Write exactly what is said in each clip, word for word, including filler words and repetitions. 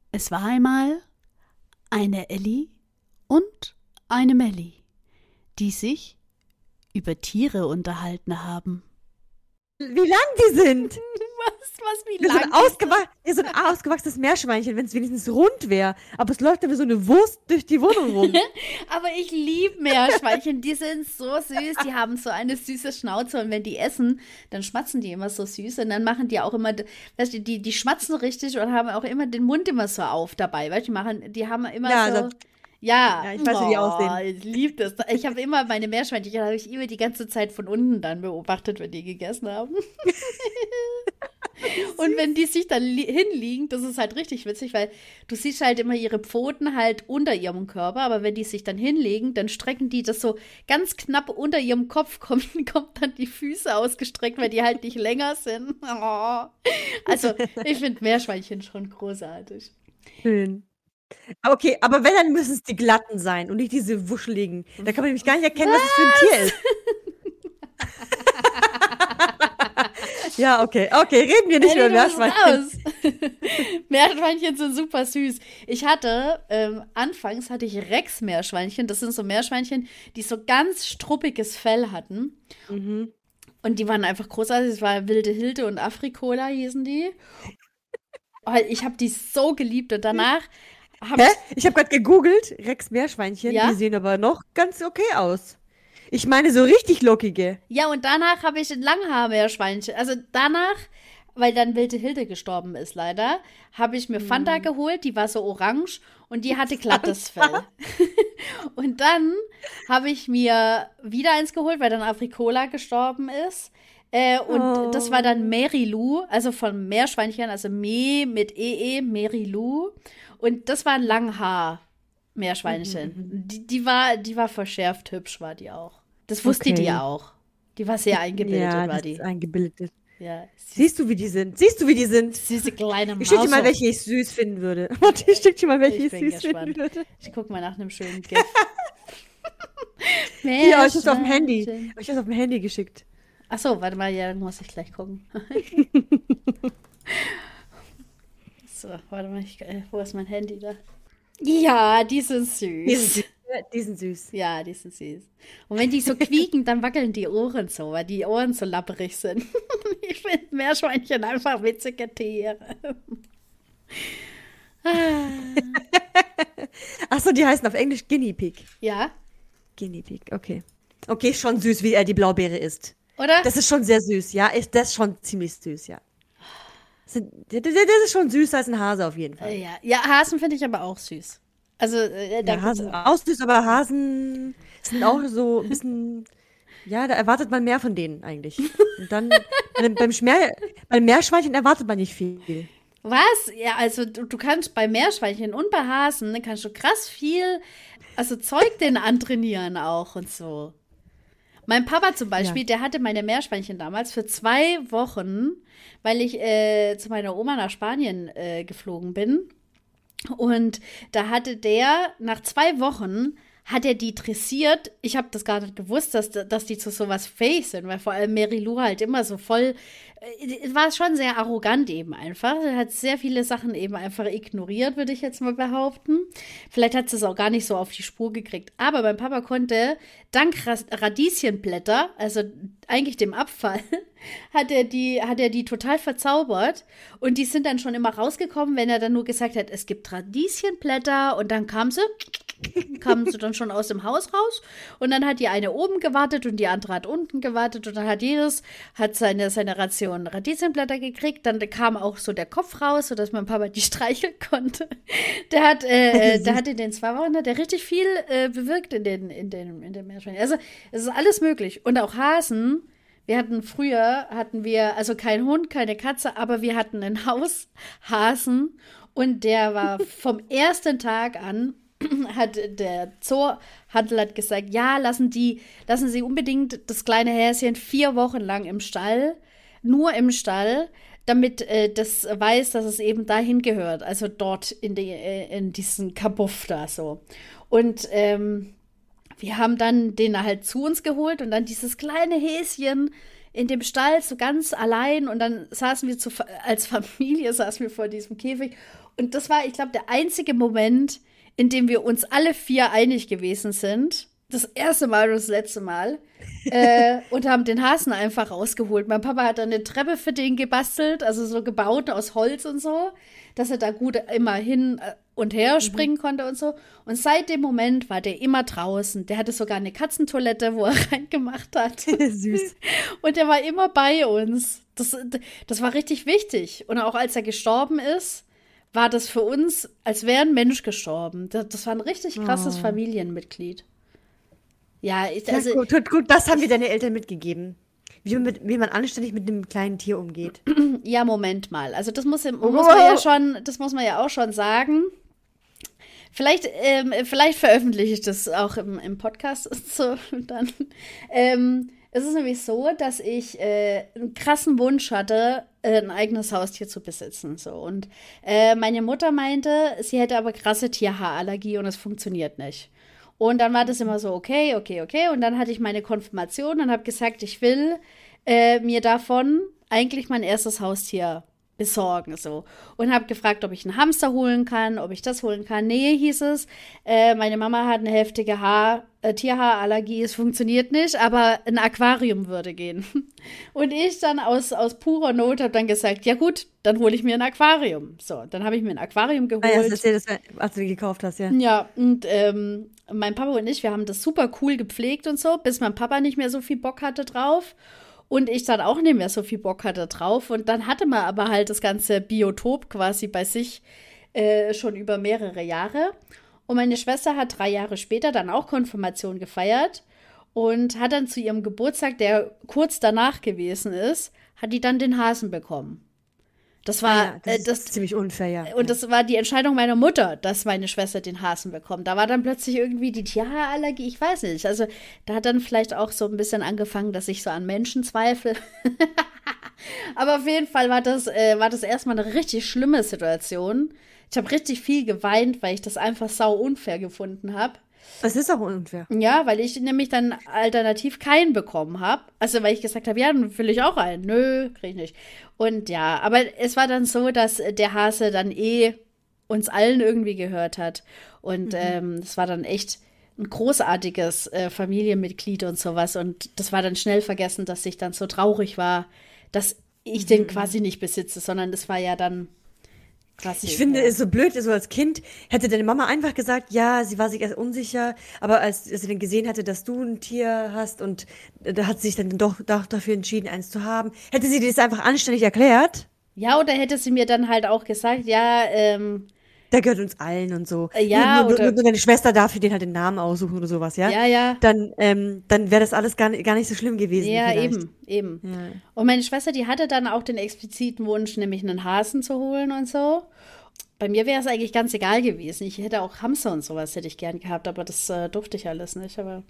Es war einmal eine Elli und eine Melli, die sich über Tiere unterhalten haben. Wie lang die sind? Was, was, wie Wir lang? sind, ausgewa- wir sind ein ausgewachsenes Meerschweinchen, wenn es wenigstens rund wäre. Aber es läuft dann wie so eine Wurst durch die Wohnung rum. Aber ich liebe Meerschweinchen, die sind so süß, die haben so eine süße Schnauze und wenn die essen, dann schmatzen die immer so süß und dann machen die auch immer, weißt du, die, die schmatzen richtig und haben auch immer den Mund immer so auf dabei, weißt du, die machen, die haben immer Ja, so, das- ja, Ja, ich weiß, wie die oh, aussehen. ich liebe das. Ich habe immer meine Meerschweinchen, die habe ich immer die ganze Zeit von unten dann beobachtet, wenn die gegessen haben. Und wenn die sich dann li- hinlegen, das ist halt richtig witzig, weil du siehst halt immer ihre Pfoten halt unter ihrem Körper, aber wenn die sich dann hinlegen, dann strecken die das so ganz knapp unter ihrem Kopf, kommt, kommt dann die Füße ausgestreckt, weil die halt nicht länger sind. Oh. Also, ich finde Meerschweinchen schon großartig. Schön. Okay, aber wenn, dann müssen es die glatten sein und nicht diese wuscheligen. Da kann man nämlich gar nicht erkennen, was, es für ein Tier ist. Ja, okay. Okay, reden wir nicht Ey, über du musst Meerschweinchen. raus. Meerschweinchen sind super süß. Ich hatte, ähm, anfangs hatte ich Rex-Meerschweinchen. Das sind so Meerschweinchen, die so ganz struppiges Fell hatten. Mhm. Und die waren einfach großartig. Es war Wilde Hilde und Afrikola hießen die. Oh, ich habe die so geliebt. Und danach habe Hä? ich Ich habe gerade gegoogelt, Rex Meerschweinchen, Ja? die sehen aber noch ganz okay aus. Ich meine so richtig lockige. Ja, und danach habe ich ein Langhaar-Meerschweinchen. Also danach, weil dann Wilde Hilde gestorben ist leider, habe ich mir Fanta geholt, die war so orange und die hatte glattes Fell. Und dann habe ich mir wieder eins geholt, weil dann Afrikola gestorben ist. Äh, und Oh. das war dann Merilu, also von Meerschweinchen, also Me mit E E, Merilu. Und das war ein Langhaar-Meerschweinchen. Die, die, war, die war verschärft hübsch, war die auch. Das wusste Okay. die auch. Die war sehr eingebildet, ja, war das die. ist eingebildet. Ja, süß, Siehst du, wie die sind? Siehst du, wie die sind? süße kleine Maus. Ich schicke dir mal, welche ich süß finden würde. Warte, ich schicke dir mal, welche Ich ich, bin süß gespannt. finden würde. Ich guck mal nach einem schönen GIF. Hier, euch ist auf dem Handy. Meerschweinchen. Euch ist auf dem Handy geschickt. Achso, warte mal, ja, dann muss ich gleich gucken. So, warte mal, ich, äh, wo ist mein Handy da? Ja, die sind süß. Die sind süß. Die sind süß. Ja, die sind süß. Und wenn die so quieken, dann wackeln die Ohren so, weil die Ohren so lapperig sind. Ich finde Meerschweinchen einfach witzige Tiere. Ah, Achso, die heißen auf Englisch Guinea Pig. ja, Guinea Pig, okay. Okay, schon süß, wie er die Blaubeere isst. oder? Das ist schon sehr süß, ja. Ist das schon ziemlich süß, ja. Sind- Das das ist schon süßer als ein Hase auf jeden Fall. Äh, ja. ja, Hasen finde ich aber auch süß. Also, äh, da Ja, gibt's Hasen sind auch süß, aber Hasen sind auch so ein bisschen. Ja, da erwartet man mehr von denen eigentlich. Und dann beim, beim, Schmer, beim Meerschweinchen erwartet man nicht viel. Was? Ja, also du, du kannst bei Meerschweinchen und bei Hasen, ne, kannst du krass viel, also Zeug denen antrainieren auch und so. Mein Papa zum Beispiel, Ja. der hatte meine Meerschweinchen damals für zwei Wochen, weil ich äh, zu meiner Oma nach Spanien äh, geflogen bin. Und da hatte der, nach zwei Wochen, hat er die dressiert. Ich habe das gar nicht gewusst, dass, dass die zu sowas fähig sind, weil vor allem Merilu halt immer so voll, äh, war schon sehr arrogant eben einfach. Er hat sehr viele Sachen eben einfach ignoriert, würde ich jetzt mal behaupten. Vielleicht hat sie es auch gar nicht so auf die Spur gekriegt. Aber mein Papa konnte dank Ras- Radieschenblätter, also eigentlich dem Abfall, hat er die, hat er die total verzaubert. Und die sind dann schon immer rausgekommen, wenn er dann nur gesagt hat, es gibt Radieschenblätter. Und dann kam sie, kamen sie dann schon aus dem Haus raus. Und dann hat die eine oben gewartet und die andere hat unten gewartet. Und dann hat jedes, hat seine, seine Ration Radieschenblätter gekriegt. Dann kam auch so der Kopf raus, sodass mein Papa die streicheln konnte. Der hat, äh, äh, der hat in den zwei Wochen, hat der richtig viel äh, bewirkt in den, in den, in den Meerschweinchen. Also, es ist alles möglich. Und auch Hasen. Wir hatten früher, hatten wir, also kein Hund, keine Katze, aber wir hatten einen Haushasen und der war vom ersten Tag an, hat der Zoohandel hat gesagt, ja, lassen die, lassen Sie unbedingt das kleine Häschen vier Wochen lang im Stall, nur im Stall, damit äh, das weiß, dass es eben dahin gehört, also dort in, die, äh, in diesen Kabuff da so. Und ähm, wir haben dann den halt zu uns geholt und dann dieses kleine Häschen in dem Stall so ganz allein und dann saßen wir zu, als Familie, saßen wir vor diesem Käfig und das war, ich glaube, der einzige Moment, in dem wir uns alle vier einig gewesen sind. Das erste Mal und das letzte Mal. äh, und haben den Hasen einfach rausgeholt. Mein Papa hat dann eine Treppe für den gebastelt, also so gebaut aus Holz und so, dass er da gut immer hin und her springen mhm. konnte und so. Und seit dem Moment war der immer draußen. Der hatte sogar eine Katzentoilette, wo er reingemacht hat. Süß. Und der war immer bei uns. Das, das war richtig wichtig. Und auch als er gestorben ist, war das für uns, als wäre ein Mensch gestorben. Das, das war ein richtig krasses oh. Familienmitglied. Ja, ich, also, ja, gut, gut, gut, das haben wir deine Eltern mitgegeben. Wie man, mit, wie man anständig mit einem kleinen Tier umgeht. Ja, Moment mal. Also das muss, muss man ja schon, das muss man ja auch schon sagen. Vielleicht, ähm, vielleicht veröffentliche ich das auch im, im Podcast so dann. Ähm, es ist nämlich so, dass ich äh, einen krassen Wunsch hatte, äh, ein eigenes Haustier zu besitzen. So. Und äh, meine Mutter meinte, sie hätte aber krasse Tierhaarallergie und es funktioniert nicht. Und dann war das immer so, okay, okay, okay. Und dann hatte ich meine Konfirmation und habe gesagt, ich will äh, mir davon eigentlich mein erstes Haustier besorgen. So. Und habe gefragt, ob ich einen Hamster holen kann, ob ich das holen kann. Nee, hieß es. Äh, meine Mama hat eine heftige Haar, äh, Tierhaarallergie. Es funktioniert nicht, aber ein Aquarium würde gehen. Und ich dann aus, aus purer Not habe dann gesagt, ja gut, dann hole ich mir ein Aquarium. So, dann habe ich mir ein Aquarium geholt. Ah, ja, das ist das, was du gekauft hast, ja. Ja, und ähm, mein Papa und ich, wir haben das super cool gepflegt und so, bis mein Papa nicht mehr so viel Bock hatte drauf. Und ich dann auch nicht mehr so viel Bock hatte drauf. Und dann hatte man aber halt das ganze Biotop quasi bei sich äh, schon über mehrere Jahre. Und meine Schwester hat drei Jahre später dann auch Konfirmation gefeiert und hat dann zu ihrem Geburtstag, der kurz danach gewesen ist, hat die dann den Hasen bekommen. Das war ja, das, äh, das ist ziemlich unfair, ja. Und das war die Entscheidung meiner Mutter, dass meine Schwester den Hasen bekommt. Da war dann plötzlich irgendwie die Tierhaarallergie, ich weiß nicht. Also da hat dann vielleicht auch so ein bisschen angefangen, dass ich so an Menschen zweifle. Aber auf jeden Fall war das, äh, war das erstmal eine richtig schlimme Situation. Ich habe richtig viel geweint, weil ich das einfach sau unfair gefunden habe. Das ist auch unfair. Ja, weil ich nämlich dann alternativ keinen bekommen habe. Also, weil ich gesagt habe, ja, dann will ich auch einen. Nö, krieg ich nicht. Und ja, aber es war dann so, dass der Hase dann eh uns allen irgendwie gehört hat. Und mhm. ähm, es war dann echt ein großartiges äh, Familienmitglied und sowas. Und das war dann schnell vergessen, dass ich dann so traurig war, dass ich mhm. den quasi nicht besitze, sondern das war ja dann Krass, ich finde es so blöd, so als Kind hätte deine Mama einfach gesagt, ja, sie war sich erst unsicher, aber als, als sie dann gesehen hatte, dass du ein Tier hast und da hat sie sich dann doch, doch dafür entschieden, eins zu haben, hätte sie dir das einfach anständig erklärt? Ja, oder hätte sie mir dann halt auch gesagt, ja, ähm, der gehört uns allen und so. Ja, nur, nur, oder nur deine Schwester darf für den halt den Namen aussuchen oder sowas, ja? Ja, ja. Dann, ähm, dann wäre das alles gar, gar nicht so schlimm gewesen. Ja, vielleicht. eben, eben. Ja. Und meine Schwester, die hatte dann auch den expliziten Wunsch, nämlich einen Hasen zu holen und so. Bei mir wäre es eigentlich ganz egal gewesen. Ich hätte auch Hamster und sowas hätte ich gern gehabt, aber das äh, durfte ich alles nicht. Aber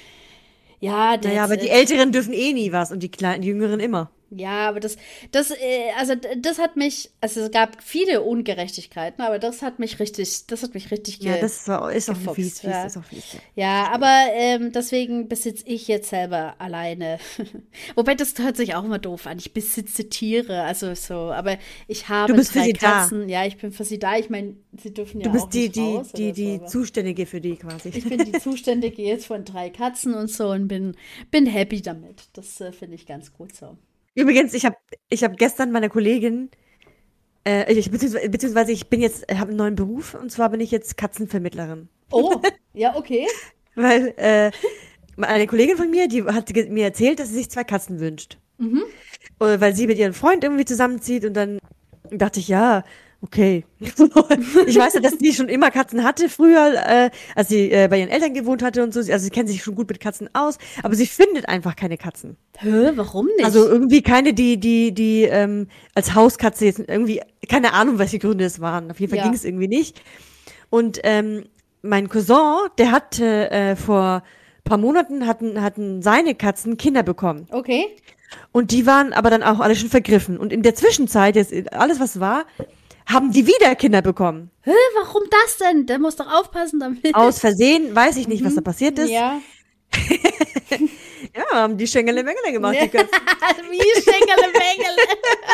ja, das, naja, aber die Älteren dürfen eh nie was und die Kleinen, die Jüngeren immer. Ja, aber das, das, äh, also das hat mich, also es gab viele Ungerechtigkeiten, aber das hat mich richtig, das hat mich richtig ge- Ja, das war, ist auch gefuchst, fies, fies, ja. ist auch fies. Ja, aber ähm, deswegen besitze ich jetzt selber alleine. Wobei, das hört sich auch immer doof an. Ich besitze Tiere, also so, aber ich habe Du bist für drei sie da. Katzen. Ja, ich bin für sie da. Ich meine, sie dürfen ja Du bist auch die, nicht die, raus die, oder die so, aber Zuständige für die quasi. ich bin die Zuständige jetzt von drei Katzen und so und bin, bin happy damit. Das äh, finde ich ganz gut so. Übrigens, ich habe ich hab gestern meiner Kollegin, äh, ich, beziehungsweise, beziehungsweise ich bin jetzt, habe einen neuen Beruf und zwar bin ich jetzt Katzenvermittlerin. Oh, ja, okay. Weil äh, eine Kollegin von mir, die hat ge- mir erzählt, dass sie sich zwei Katzen wünscht. Mhm. Äh, weil sie mit ihrem Freund irgendwie zusammenzieht und dann dachte ich, ja, okay. Ich weiß ja, dass die schon immer Katzen hatte früher, äh, als sie äh, bei ihren Eltern gewohnt hatte und so. Also sie kennt sich schon gut mit Katzen aus, aber sie findet einfach keine Katzen. Hä, warum nicht? Also irgendwie keine, die, die, die ähm, als Hauskatze jetzt irgendwie, keine Ahnung, welche Gründe es waren. Auf jeden Fall Ja. ging es irgendwie nicht. Und ähm, mein Cousin, der hatte äh, vor paar Monaten hatten, hatten seine Katzen Kinder bekommen. Okay. Und die waren aber dann auch alle schon vergriffen. Und in der Zwischenzeit, jetzt alles was war, haben die wieder Kinder bekommen. Hä, warum das denn? Der muss doch aufpassen damit. Aus Versehen, weiß ich nicht, was da passiert ist. Ja. Ja, haben die Schengele-Mengele gemacht, die Katzen. Wie Schengele-Mengele.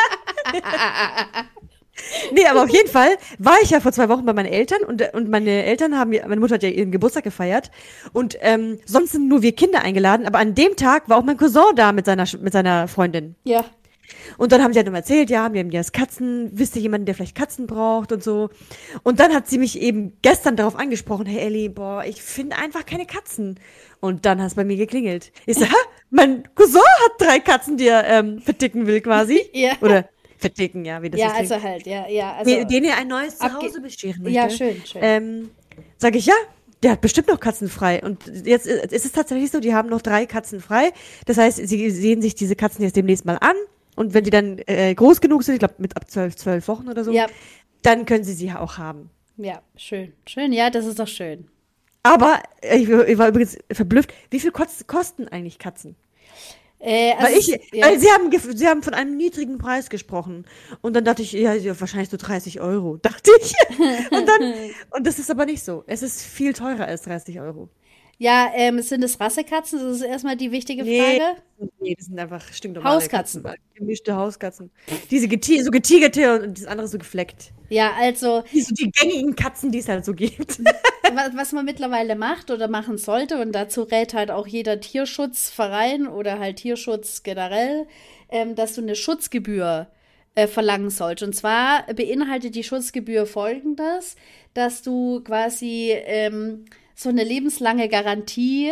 Nee, aber auf jeden Fall war ich ja vor zwei Wochen bei meinen Eltern und, und meine Eltern haben, meine Mutter hat ja ihren Geburtstag gefeiert und ähm, sonst sind nur wir Kinder eingeladen, aber an dem Tag war auch mein Cousin da mit seiner, mit seiner Freundin. Ja. Und dann haben sie halt nochmal erzählt, ja, wir haben jetzt Katzen, wisst ihr jemanden, der vielleicht Katzen braucht und so. Und dann hat sie mich eben gestern darauf angesprochen, hey Elli, boah, ich finde einfach keine Katzen. Und dann hat es bei mir geklingelt. Ich so, hä? Mein Cousin hat drei Katzen, die er ähm, verticken will quasi. Ja. Oder verticken, ja, wie das Ja, so klingt. also halt, ja, ja. Also Den, den er ein neues abge- Zuhause bescheren möchte. Ja, schön, schön. Ähm, sag ich, ja, der hat bestimmt noch Katzen frei. Und jetzt ist es tatsächlich so, die haben noch drei Katzen frei. Das heißt, sie sehen sich diese Katzen jetzt demnächst mal an. Und wenn die dann äh, groß genug sind, ich glaube mit ab zwölf, zwölf Wochen oder so, Ja. dann können sie sie auch haben. Ja, schön. Schön, ja, das ist doch schön. Aber äh, ich, ich war übrigens verblüfft, wie viel kost, kosten eigentlich Katzen? Äh, also Weil, ich, es- ja. weil sie haben, gef- sie haben von einem niedrigen Preis gesprochen. Und dann dachte ich, ja, ja, wahrscheinlich so dreißig Euro, dachte ich. Und dann, und das ist aber nicht so. Es ist viel teurer als dreißig Euro. Ja, ähm, sind es Rassekatzen? Das ist erstmal die wichtige Nee, Frage. nee, das sind einfach stinknormale Hauskatzen. Katzen. Gemischte Hauskatzen. Diese geti so getigerte und das andere so gefleckt. Ja, also Die, so die gängigen Katzen, die es halt so gibt. wa- was man mittlerweile macht oder machen sollte, und dazu rät halt auch jeder Tierschutzverein oder halt Tierschutz generell, ähm, dass du eine Schutzgebühr äh, verlangen sollst. Und zwar beinhaltet die Schutzgebühr Folgendes, dass du quasi ähm, so eine lebenslange Garantie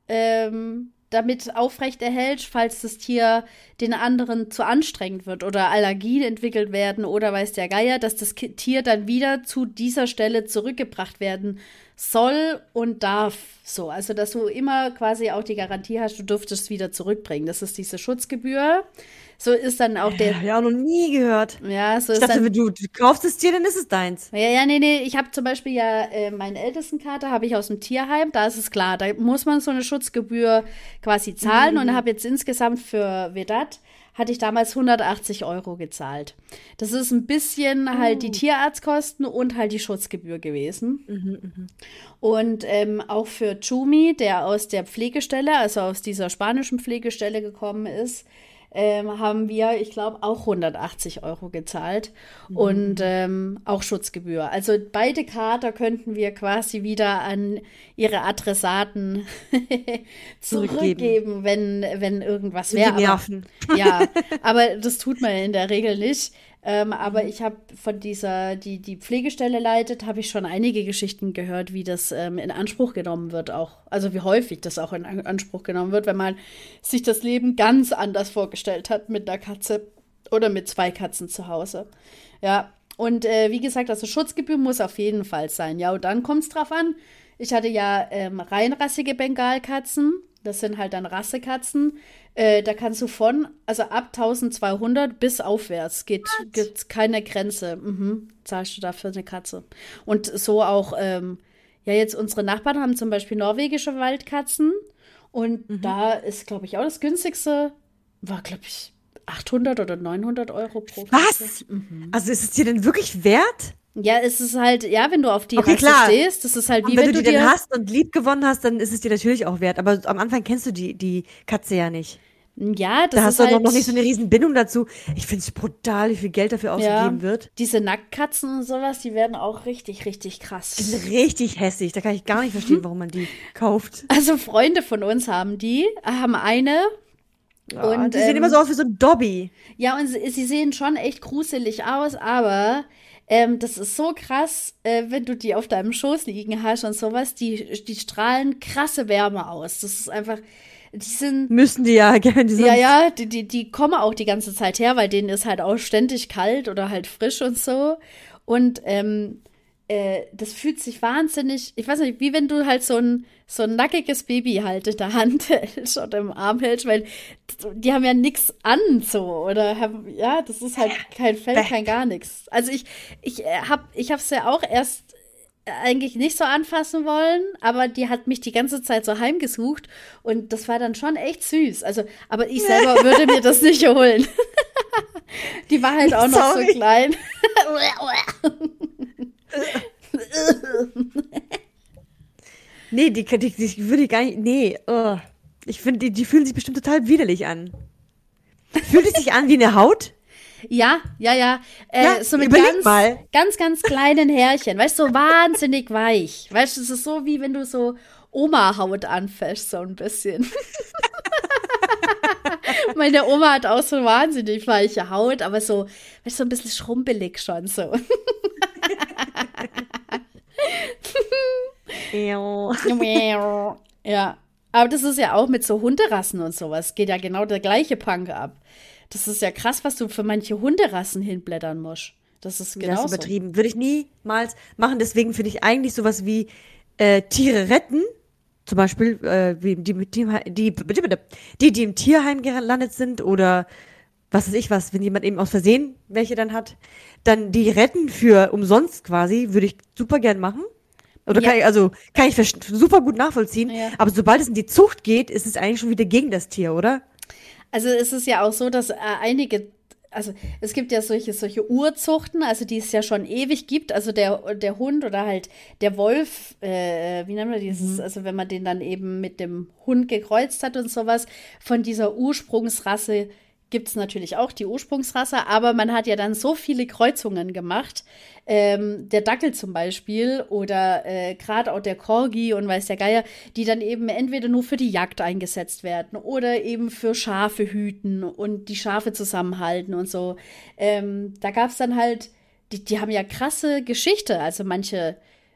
ähm, damit aufrechterhältst, falls das Tier den anderen zu anstrengend wird oder Allergien entwickelt werden oder weiß der Geier, dass das Ki- Tier dann wieder zu dieser Stelle zurückgebracht werden soll und darf. So, also dass du immer quasi auch die Garantie hast, du dürftest es wieder zurückbringen. Das ist diese Schutzgebühr. So ist dann auch der, Hab ich auch noch nie gehört. ja, so Ich ist dachte, dann. wenn du, du kaufst das Tier, dann ist es deins. Ja, ja, nee, nee. Ich habe zum Beispiel ja äh, meinen ältesten Kater habe ich aus dem Tierheim. Da ist es klar, da muss man so eine Schutzgebühr quasi zahlen. Und habe jetzt insgesamt für Vedat hatte ich damals hundertachtzig Euro gezahlt. Das ist ein bisschen halt die Tierarztkosten und halt die Schutzgebühr gewesen. Und ähm, auch für Chumi, der aus der Pflegestelle, also aus dieser spanischen Pflegestelle gekommen ist, ähm, haben wir, ich glaube, auch hundertachtzig Euro gezahlt und ähm, auch Schutzgebühr. Also beide Kater könnten wir quasi wieder an ihre Adressaten zurückgeben, wenn, wenn irgendwas Die wäre. Aber, nerven. ja, aber das tut man in der Regel nicht. Ähm, aber ich habe von dieser, die die Pflegestelle leitet, habe ich schon einige Geschichten gehört, wie das ähm, in Anspruch genommen wird auch. Also wie häufig das auch in An- Anspruch genommen wird, wenn man sich das Leben ganz anders vorgestellt hat mit einer Katze oder mit zwei Katzen zu Hause. Ja, und äh, wie gesagt, also Schutzgebühr muss auf jeden Fall sein. Ja, und dann kommt es drauf an. Ich hatte ja ähm, reinrassige Bengalkatzen. Das sind halt dann Rassekatzen. Äh, da kannst du von, also ab eintausendzweihundert bis aufwärts geht, gibt's keine Grenze. Mhm, zahlst du dafür eine Katze. Und so auch, ähm, ja, jetzt unsere Nachbarn haben zum Beispiel norwegische Waldkatzen. Und da ist, glaube ich, auch das günstigste, war, glaube ich, achthundert oder neunhundert Euro pro Katze. Was? Also ist es dir denn wirklich wert? Ja, es ist halt, ja, wenn du auf die Okay, Rasse klar. stehst, das ist halt wie Und wenn, wenn du du die dir. dann hast und lieb gewonnen hast, dann ist es dir natürlich auch wert. Aber am Anfang kennst du die, die Katze ja nicht. Ja, das Da ist hast du halt noch noch nicht so eine riesen Bindung dazu. Ich finde es brutal, wie viel Geld dafür ausgegeben ja, wird. diese Nacktkatzen und sowas, die werden auch richtig, richtig Die krass. sind richtig hässlich. Da kann ich gar nicht verstehen, warum man die kauft. Also Freunde von uns haben die, haben eine. Ja, Und, die sehen ähm, immer so aus wie so ein Dobby. Ja, und sie, sie sehen schon echt gruselig aus, aber ähm, das ist so krass, äh, wenn du die auf deinem Schoß liegen hast und sowas, die, die strahlen krasse Wärme aus. Das ist einfach, die sind, Müssen die ja gerne. Die ja, ja, die, die, die kommen auch die ganze Zeit her, weil denen ist halt auch ständig kalt oder halt frisch und so. Und ähm, äh, das fühlt sich wahnsinnig, ich weiß nicht, wie wenn du halt so ein, so ein nackiges Baby halt in der Hand hältst oder im Arm hältst, weil die haben ja nichts an so oder haben, ja, das ist halt kein Fell, kein gar nichts. Also ich, ich äh, hab, ich hab's ja auch erst eigentlich nicht so anfassen wollen, aber die hat mich die ganze Zeit so heimgesucht und das war dann schon echt süß. Also, aber ich selber würde mir das nicht holen. Die war halt auch noch Sorry. so klein. Nee, die, die, die würde ich gar nicht. Nee. Oh. Ich finde, die, die fühlen sich bestimmt total widerlich an. Fühlt es sich an wie eine Haut? Ja, ja, ja. Äh, Ja, so mit überleg ganz, mal. ganz, ganz kleinen Härchen. Weißt du, so wahnsinnig weich. Weißt du, es ist so, wie wenn du so Oma-Haut anfasst, so ein bisschen. Meine Oma hat auch so wahnsinnig weiche Haut, aber so, weißt du, so ein bisschen schrumpelig schon so. Ja, aber das ist ja auch mit so Hunderassen und sowas. Geht ja genau der gleiche Punk ab. Das ist ja krass, was du für manche Hunderassen hinblättern musst. Das ist Das ist genauso. übertrieben. Würde ich niemals machen. Deswegen finde ich eigentlich sowas wie äh, Tiere retten. Zum Beispiel, äh, wie die, mit dem, die, die, die im Tierheim gelandet sind oder was weiß ich was, wenn jemand eben aus Versehen welche dann hat, dann die retten für umsonst quasi, würde ich super gern machen. Oder Ja. kann ich, also kann ich vers- super gut nachvollziehen. Ja. Aber sobald es in die Zucht geht, ist es eigentlich schon wieder gegen das Tier, oder? Also es ist ja auch so, dass äh, einige, also es gibt ja solche, solche Urzuchten, also die es ja schon ewig gibt. Also der, der Hund oder halt der Wolf, äh, wie nennt man dieses, also wenn man den dann eben mit dem Hund gekreuzt hat und sowas, von dieser Ursprungsrasse gibt es natürlich auch die Ursprungsrasse, aber man hat ja dann so viele Kreuzungen gemacht. Ähm, der Dackel zum Beispiel oder äh, gerade auch der Corgi und weiß der Geier, die dann eben entweder nur für die Jagd eingesetzt werden oder eben für Schafe hüten und die Schafe zusammenhalten und so. Ähm, da gab es dann halt, die, die haben ja krasse Geschichte, also manche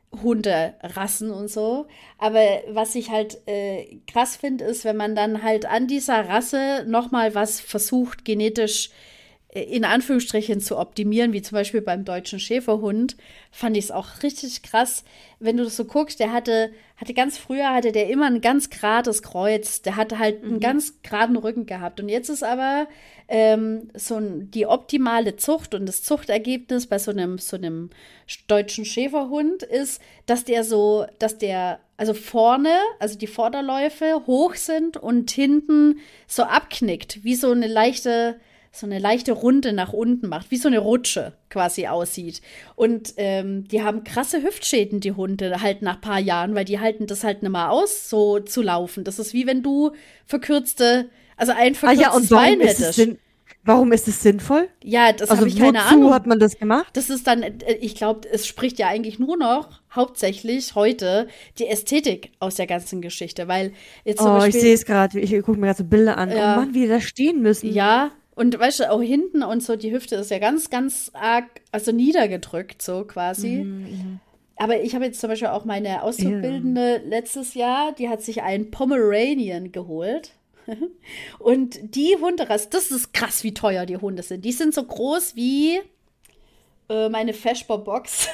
Hunderassen und so. Aber was ich halt äh, krass finde, ist, wenn man dann halt an dieser Rasse nochmal was versucht, genetisch äh, in Anführungsstrichen zu optimieren, wie zum Beispiel beim deutschen Schäferhund, fand ich es auch richtig krass. Wenn du das so guckst, der hatte, hatte ganz früher, hatte der immer ein ganz gerades Kreuz. Der hatte halt einen ganz geraden Rücken gehabt. Und jetzt ist aber ähm, so ein, die optimale Zucht und das Zuchtergebnis bei so einem, so einem deutschen Schäferhund ist, dass der so, dass der, also vorne, also die Vorderläufe hoch sind und hinten so abknickt, wie so eine leichte, so eine leichte Runde nach unten macht, wie so eine Rutsche quasi aussieht. Und ähm, die haben krasse Hüftschäden, die Hunde, halt nach ein paar Jahren, weil die halten das halt nicht mehr aus, so zu laufen. Das ist wie wenn du verkürzte, also ein Ah verkürztes ja, und warum Bein ist es hättest. Sinn, warum ist es sinnvoll? Ja, das Also habe ich keine wozu Ahnung. hat man das gemacht? Das ist dann, äh, ich glaube, es spricht ja eigentlich nur noch hauptsächlich heute die Ästhetik aus der ganzen Geschichte, weil jetzt zum Oh, ich Beispiel, sehe es gerade. Ich gucke mir gerade so Bilder an. Ja. Oh Mann, wie die da stehen müssen. ja, und weißt du, auch hinten und so, die Hüfte ist ja ganz, ganz arg, also niedergedrückt, so quasi. Aber ich habe jetzt zum Beispiel auch meine Auszubildende letztes Jahr, die hat sich einen Pomeranian geholt. Und die Hunderasse, das ist krass, wie teuer die Hunde sind. Die sind so groß wie äh, meine Feschbar-Box.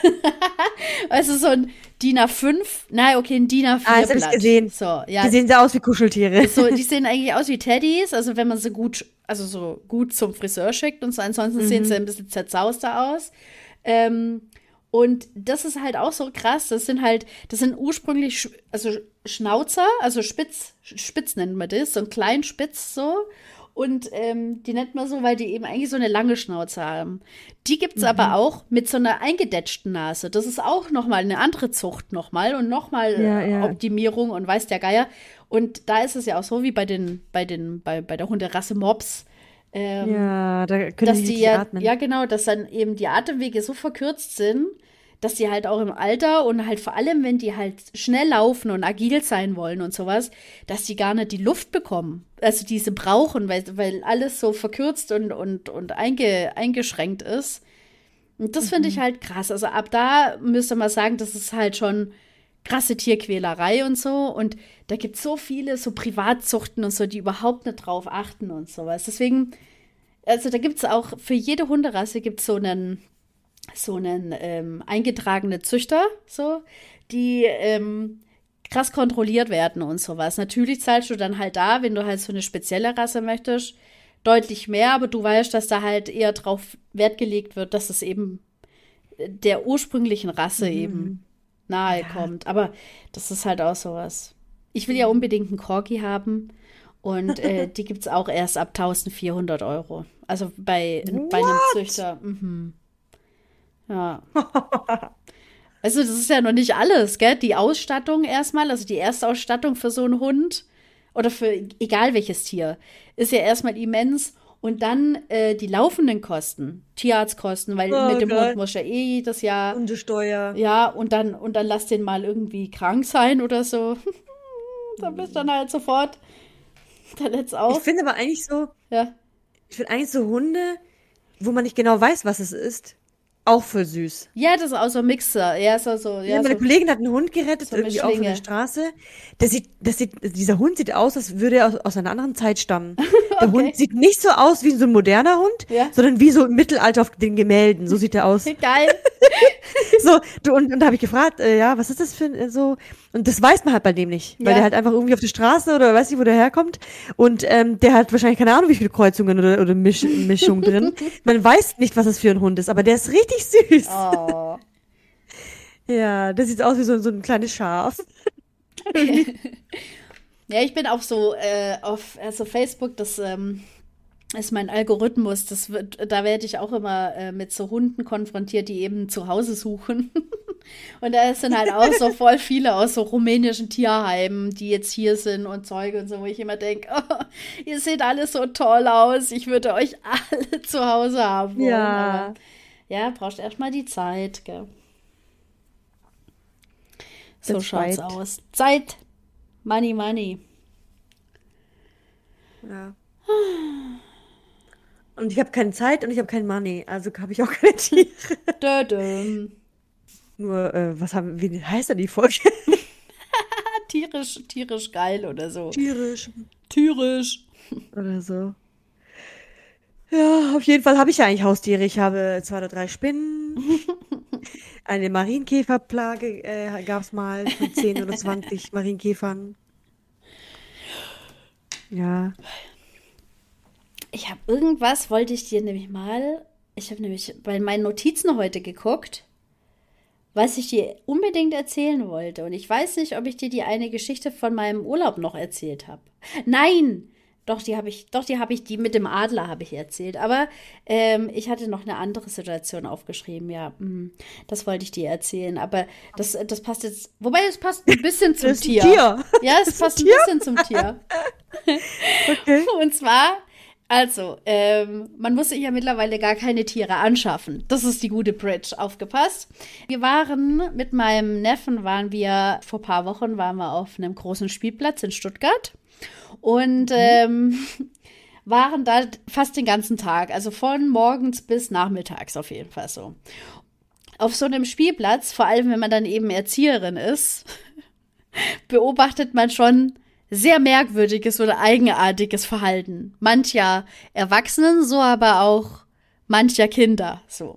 Also so ein D I N A fünf, nein, okay, ein D I N A vier Ah, das hab ich Blatt. gesehen. So, ja, Die sehen sehr aus wie Kuscheltiere. so, die sehen eigentlich aus wie Teddys, also wenn man sie gut, also so gut zum Friseur schickt und so, ansonsten sehen sie ein bisschen zerzauster aus. Ähm, und das ist halt auch so krass, das sind halt, das sind ursprünglich, Sch- also Schnauzer, also Spitz, Spitz nennt man das, so ein kleinen Spitz so. Und ähm, die nennt man so, weil die eben eigentlich so eine lange Schnauze haben. Die gibt es aber auch mit so einer eingedetschten Nase. Das ist auch nochmal eine andere Zucht nochmal und nochmal Ja, ja. Optimierung und weiß der Geier. Und da ist es ja auch so wie bei den, bei den, bei, bei der Hunderasse Mops. Ähm, Ja, da können dass die die nicht ja, atmen. ja genau, dass dann eben die Atemwege so verkürzt sind, dass die halt auch im Alter und halt vor allem, wenn die halt schnell laufen und agil sein wollen und sowas, dass die gar nicht die Luft bekommen. Also diese brauchen, weil, weil alles so verkürzt und, und, und einge, eingeschränkt ist. Und das finde ich halt krass. Also ab da müsste man sagen, das ist halt schon krasse Tierquälerei und so. Und da gibt es so viele so Privatzuchten und so, die überhaupt nicht drauf achten und sowas. Deswegen, also da gibt es auch, für jede Hunderasse gibt es so einen, so einen ähm, eingetragene Züchter, so, die ähm, krass kontrolliert werden und sowas. Natürlich zahlst du dann halt da, wenn du halt so eine spezielle Rasse möchtest, deutlich mehr, aber du weißt, dass da halt eher drauf Wert gelegt wird, dass es eben der ursprünglichen Rasse eben nahe kommt. Aber das ist halt auch sowas. Ich will ja unbedingt einen Corgi haben und äh, die gibt es auch erst ab eintausendvierhundert Euro. Also bei, bei einem Züchter. Mhm. Ja. Also das ist ja noch nicht alles, gell? Die Ausstattung erstmal, also die Erstausstattung für so einen Hund. oder für egal welches Tier, ist ja erstmal immens. Und dann äh, die laufenden Kosten, Tierarztkosten, weil Oh mit dem Gott. Hund muss ja eh jedes Jahr, Hundesteuer. ja, und dann, und dann lass den mal irgendwie krank sein oder so. Dann bist du dann halt sofort, dann hört's Ich auf. finde aber eigentlich so, Ja. ich finde eigentlich so Hunde, wo man nicht genau weiß, was es ist, auch voll süß. Ja, das ist auch so ein Mixer. Ja, so, so, Ja, ja, meine so, Kollegin hat einen Hund gerettet, so irgendwie auch von der Mischlinge. Straße. Der sieht, das sieht, dieser Hund sieht aus, als würde er aus, aus einer anderen Zeit stammen. Der Hund Okay. sieht nicht so aus wie so ein moderner Hund, Ja. sondern wie so im Mittelalter auf den Gemälden. So sieht er aus. Geil. So, du, und, und da habe ich gefragt, äh, ja, was ist das für ein, äh, so, und das weiß man halt bei dem nicht, weil Ja. der halt einfach irgendwie auf der Straße oder weiß nicht, wo der herkommt und ähm, der hat wahrscheinlich keine Ahnung, wie viele Kreuzungen oder, oder Misch, Mischungen drin. Man weiß nicht, was das für ein Hund ist, aber der ist richtig süß. Oh. Ja, der sieht aus wie so, so ein kleines Schaf. Ja, ich bin auch so äh, auf also Facebook, das ähm, ist mein Algorithmus. Das wird, da werde ich auch immer äh, mit so Hunden konfrontiert, die eben zu Hause suchen. Und da sind halt auch so voll viele aus so rumänischen Tierheimen, die jetzt hier sind und Zeug und so, wo ich immer denke, oh, ihr seht alle so toll aus, ich würde euch alle zu Hause haben wollen. Ja. Aber ja, brauchst erstmal die Zeit, gell? So That's schaut's right. aus. Zeit, Money, Money. Ja. Und ich habe keine Zeit und ich habe kein Money, also habe ich auch keine Tiere. Dödüm. Nur, äh, was haben, wie heißt denn die Folge? Tierisch, tierisch geil oder so. Tierisch Tierisch. oder so. Ja, auf jeden Fall habe ich ja eigentlich Haustiere. Ich habe zwei oder drei Spinnen. Eine Marienkäferplage äh, gab es mal von zehn oder zwanzig Marienkäfern. Ja. Ich habe irgendwas, wollte ich dir nämlich mal, ich habe nämlich bei meinen Notizen heute geguckt, was ich dir unbedingt erzählen wollte. Und ich weiß nicht, ob ich dir die eine Geschichte von meinem Urlaub noch erzählt habe. Nein! Doch, die habe ich, doch, die habe ich, die mit dem Adler habe ich erzählt. Aber ähm, ich hatte noch eine andere Situation aufgeschrieben, ja. mm, Das wollte ich dir erzählen. Aber das, das passt jetzt, wobei es passt ein bisschen zum Das ist ein Tier. Tier. Ja, es Das ist ein passt ein Tier? bisschen zum Tier. Okay. Und zwar, also, ähm, man muss sich ja mittlerweile gar keine Tiere anschaffen. Das ist die gute Bridge. Aufgepasst. Wir waren mit meinem Neffen, waren wir vor ein paar Wochen, waren wir auf einem großen Spielplatz in Stuttgart und ähm, waren da fast den ganzen Tag. Also von morgens bis nachmittags auf jeden Fall so. Auf so einem Spielplatz, vor allem wenn man dann eben Erzieherin ist, beobachtet man schon sehr merkwürdiges oder eigenartiges Verhalten. Mancher Erwachsenen, so aber auch mancher Kinder, so.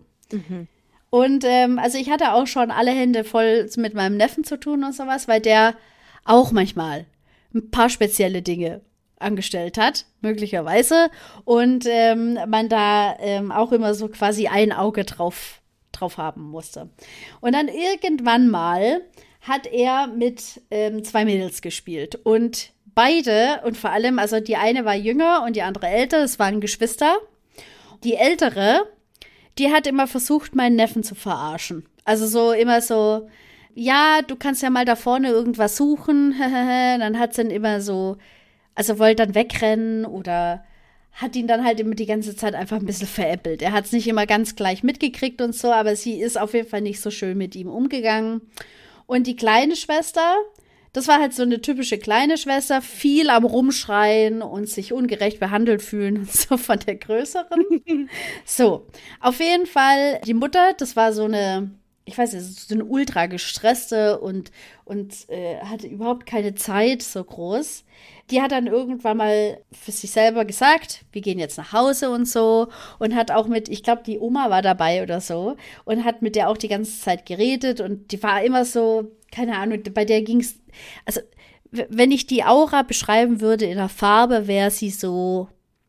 Und ähm, also ich hatte auch schon alle Hände voll mit meinem Neffen zu tun und sowas, weil der auch manchmal ein paar spezielle Dinge angestellt hat, möglicherweise. Und ähm, man da ähm, auch immer so quasi ein Auge drauf, drauf haben musste. Und dann irgendwann mal hat er mit ähm, zwei Mädels gespielt. Und beide, und vor allem, also die eine war jünger und die andere älter, das waren Geschwister. Die ältere, die hat immer versucht, meinen Neffen zu verarschen. Also so immer so, ja, du kannst ja mal da vorne irgendwas suchen. Dann hat sie dann immer so, also wollte dann wegrennen oder hat ihn dann halt immer die ganze Zeit einfach ein bisschen veräppelt. Er hat es nicht immer ganz gleich mitgekriegt und so, aber sie ist auf jeden Fall nicht so schön mit ihm umgegangen. Und die kleine Schwester, das war halt so eine typische kleine Schwester, viel am Rumschreien und sich ungerecht behandelt fühlen und so von der größeren. So, auf jeden Fall, die Mutter, das war so eine, ich weiß nicht, so eine ultra gestresste und, und äh, hatte überhaupt keine Zeit so groß. Die hat dann irgendwann mal für sich selber gesagt, wir gehen jetzt nach Hause und so und hat auch mit, ich glaube, die Oma war dabei oder so und hat mit der auch die ganze Zeit geredet und die war immer so, keine Ahnung, bei der ging es, also w- wenn ich die Aura beschreiben würde in der Farbe, wäre sie so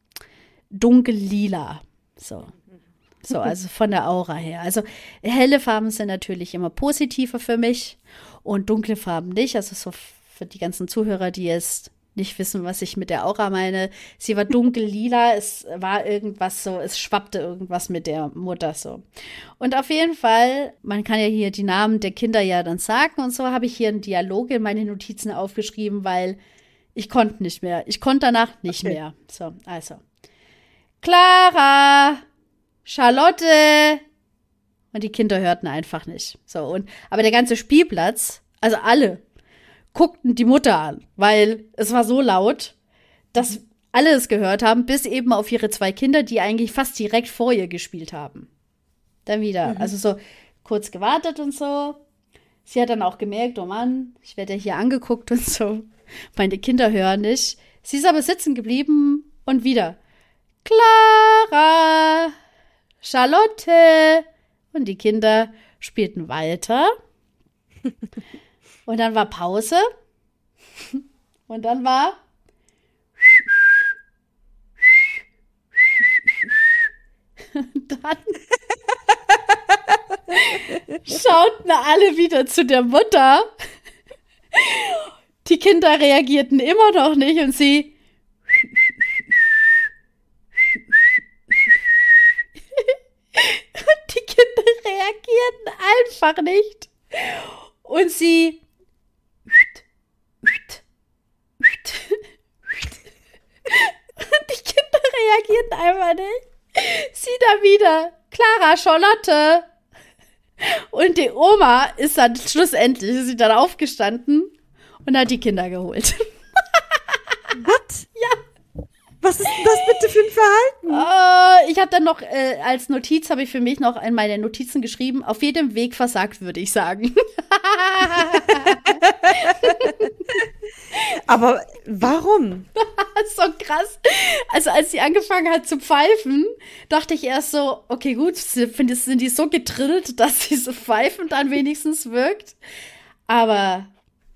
dunkel-lila, so. So, also von der Aura her. Also helle Farben sind natürlich immer positiver für mich und dunkle Farben nicht. Also so für die ganzen Zuhörer, die jetzt nicht wissen, was ich mit der Aura meine. Sie war dunkel-lila, es war irgendwas so, es schwappte irgendwas mit der Mutter so. Und auf jeden Fall, man kann ja hier die Namen der Kinder ja dann sagen und so, habe ich hier einen Dialog in meine Notizen aufgeschrieben, weil Ich konnte nicht mehr. Ich konnte danach nicht Okay. mehr. So, also. Clara, Charlotte. Und die Kinder hörten einfach nicht. So, und, aber der ganze Spielplatz, also alle, guckten die Mutter an, weil es war so laut, dass alle es gehört haben, bis eben auf ihre zwei Kinder, die eigentlich fast direkt vor ihr gespielt haben. Dann wieder, Mhm. also so kurz gewartet und so. Sie hat dann auch gemerkt, oh Mann, ich werde ja hier angeguckt und so. Meine Kinder hören nicht. Sie ist aber sitzen geblieben und wieder Clara, Charlotte. Und die Kinder spielten weiter. Und dann war Pause. Und dann war und dann schauten alle wieder zu der Mutter. Die Kinder reagierten immer noch nicht und sie und die Kinder reagierten einfach nicht. Und sie und die Kinder reagierten einfach nicht. Sie da wieder, Clara, Charlotte. Und die Oma ist dann schlussendlich, ist sie dann aufgestanden und hat die Kinder geholt. What? Ja. Was ist denn das bitte für ein Verhalten? Äh, ich habe dann noch, äh, als Notiz habe ich für mich noch in meine Notizen geschrieben, auf jedem Weg versagt, würde ich sagen. Aber warum? Das ist so krass. Also als sie angefangen hat zu pfeifen, dachte ich erst so, okay, gut, sind sind die so gedrillt, dass diese Pfeifen dann wenigstens wirkt. Aber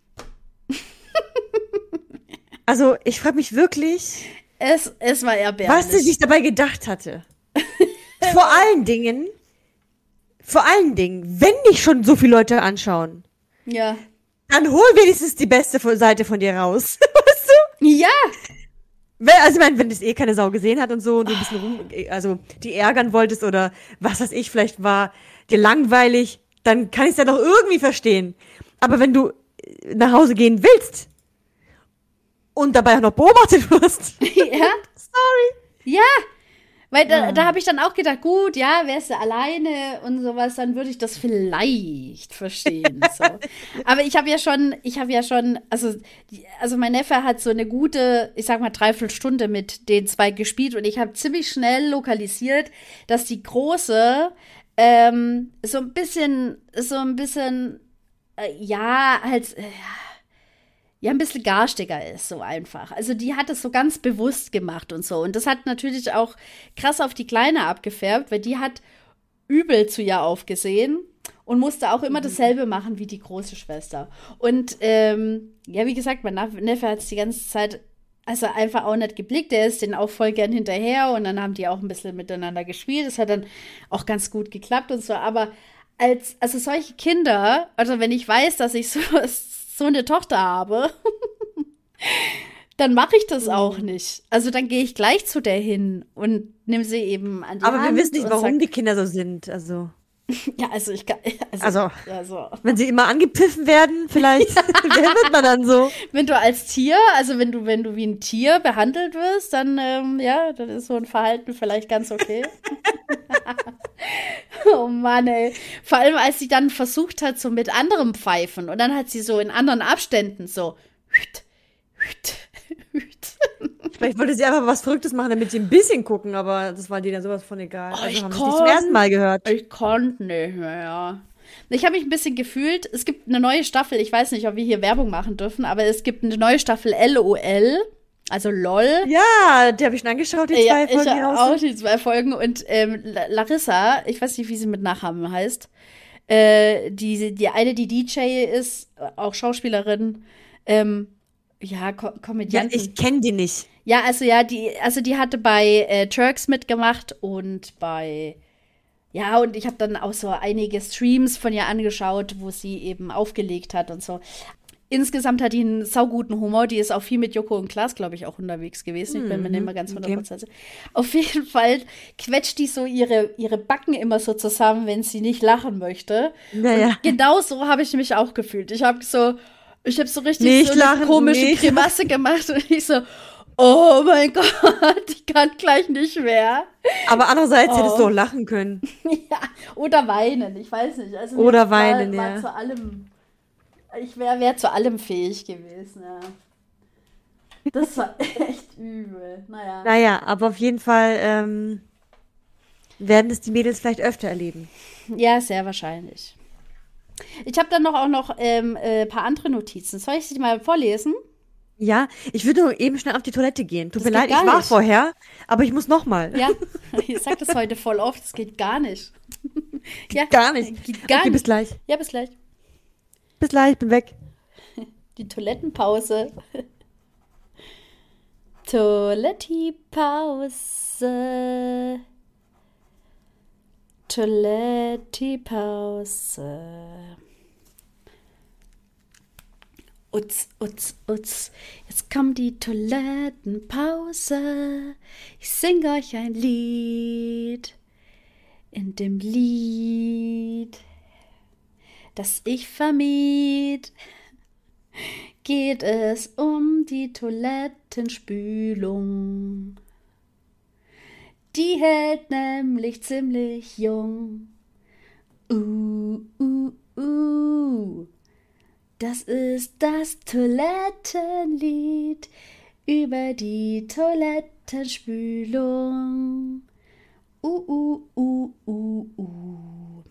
Also, ich frage mich wirklich, es, es war erbärmlich. was sie sich dabei gedacht hatte. Vor allen Dingen, vor allen Dingen, wenn dich schon so viele Leute anschauen, Ja. dann hol wenigstens die beste Seite von dir raus. Weißt du? Ja. Wenn- Also, ich meine, wenn das eh keine Sau gesehen hat und so, und du ein bisschen rum, also, die ärgern wolltest oder was weiß ich, vielleicht war dir langweilig, dann kann ich es ja noch irgendwie verstehen. Aber wenn du äh, nach Hause gehen willst und dabei auch noch beobachtet wirst, Ja. sorry. Ja. Weil da, da habe ich dann auch gedacht, gut, ja, wärst du alleine und sowas, dann würde ich das vielleicht verstehen. So. Aber ich habe ja schon, ich habe ja schon, also, die- also mein Neffe hat so eine gute, ich sag mal, Dreiviertelstunde mit den zwei gespielt und ich habe ziemlich schnell lokalisiert, dass die Große ähm, so ein bisschen, so ein bisschen, äh, ja, halt, äh, ja, ein bisschen garstiger ist, so einfach. Also die hat es so ganz bewusst gemacht und so. Und das hat natürlich auch krass auf die Kleine abgefärbt, weil die hat übel zu ihr aufgesehen und musste auch immer dasselbe machen wie die große Schwester. Und ähm, ja, wie gesagt, mein Neffe hat es die ganze Zeit also einfach auch nicht geblickt. Der ist denen auch voll gern hinterher und dann haben die auch ein bisschen miteinander gespielt. Das hat dann auch ganz gut geklappt und so. Aber als, also solche Kinder, also wenn ich weiß, dass ich so so eine Tochter habe, dann mache ich das auch nicht. Also dann gehe ich gleich zu der hin und nehme sie eben an die Aber Hand wir wissen nicht, und warum sag, die Kinder so sind. Also, ja, also ich kann, also, Also. also, wenn sie immer angepfiffen werden, vielleicht wer wird man dann so. wenn du als Tier, also wenn du, wenn du wie ein Tier behandelt wirst, dann, ähm, ja, dann ist so ein Verhalten vielleicht ganz okay. Oh Mann, ey. Vor allem, als sie dann versucht hat, so mit anderem Pfeifen und dann hat sie so in anderen Abständen so hüt, hüt, hüt. Vielleicht wollte sie einfach was Verrücktes machen, damit sie ein bisschen gucken, aber das war denen dann sowas von egal. Oh, also ich haben sie nicht zum ersten Mal gehört. Ich konnte nicht mehr, ja. Ich habe mich ein bisschen gefühlt, es gibt eine neue Staffel, ich weiß nicht, ob wir hier Werbung machen dürfen, aber es gibt eine neue Staffel L O L, also LOL. Ja, die habe ich schon angeschaut, die zwei Ja, Folgen, ich die raus auch sind. die zwei Folgen und ähm, La- Larissa, ich weiß nicht, wie sie mit Nachnamen heißt, äh, die, die eine, die D J ist, auch Schauspielerin, ähm, ja, Ko Ja, Komödiantin. ich kenne die nicht. Ja, also ja, die, also die hatte bei äh, Turks mitgemacht und bei, ja, und ich habe dann auch so einige Streams von ihr angeschaut, wo sie eben aufgelegt hat und so. Insgesamt hat die einen sauguten Humor, die ist auch viel mit Joko und Klaas, glaube ich, auch unterwegs gewesen. Ich bin mir nicht mehr ganz hundert Prozent sicher. Auf jeden Fall quetscht die so ihre, ihre Backen immer so zusammen, wenn sie nicht lachen möchte. Ja, ja. Und genau so habe ich mich auch gefühlt. Ich habe so, Ich habe so richtig Nicht so eine lachen, komische nicht Grimasse gemacht und ich so, oh mein Gott, ich kann gleich nicht mehr. Aber andererseits Oh. hättest du auch lachen können. Ja, oder weinen, ich weiß nicht. Also mir Oder war, weinen, war ja. zu allem, ich wäre wär zu allem fähig gewesen, ja. Das war echt übel, naja. Naja, aber auf jeden Fall ähm, werden es die Mädels vielleicht öfter erleben. Ja, sehr wahrscheinlich. Ich habe dann noch auch noch ein ähm, äh, paar andere Notizen. Soll ich sie mal vorlesen? Ja, ich würde nur eben schnell auf die Toilette gehen. Tut Das mir geht leid, ich gar war nicht. vorher, aber ich muss noch mal. Ja, ich sag das heute voll oft, das geht gar nicht. Ja, Gar nicht. Geht gar Okay, bis nicht. gleich. Ja, bis gleich. Bis gleich, ich bin weg. Die Toilettenpause. Toilettipause. Toilettipause. Utz, utz, utz. Jetzt kommt die Toilettenpause. Ich sing euch ein Lied. In dem Lied, das ich vermied, geht es um die Toilettenspülung. Die hält nämlich ziemlich jung. Uh, uh, uh. Das ist das Toilettenlied über die Toilettenspülung. Uh, uh, uh, uh, uh.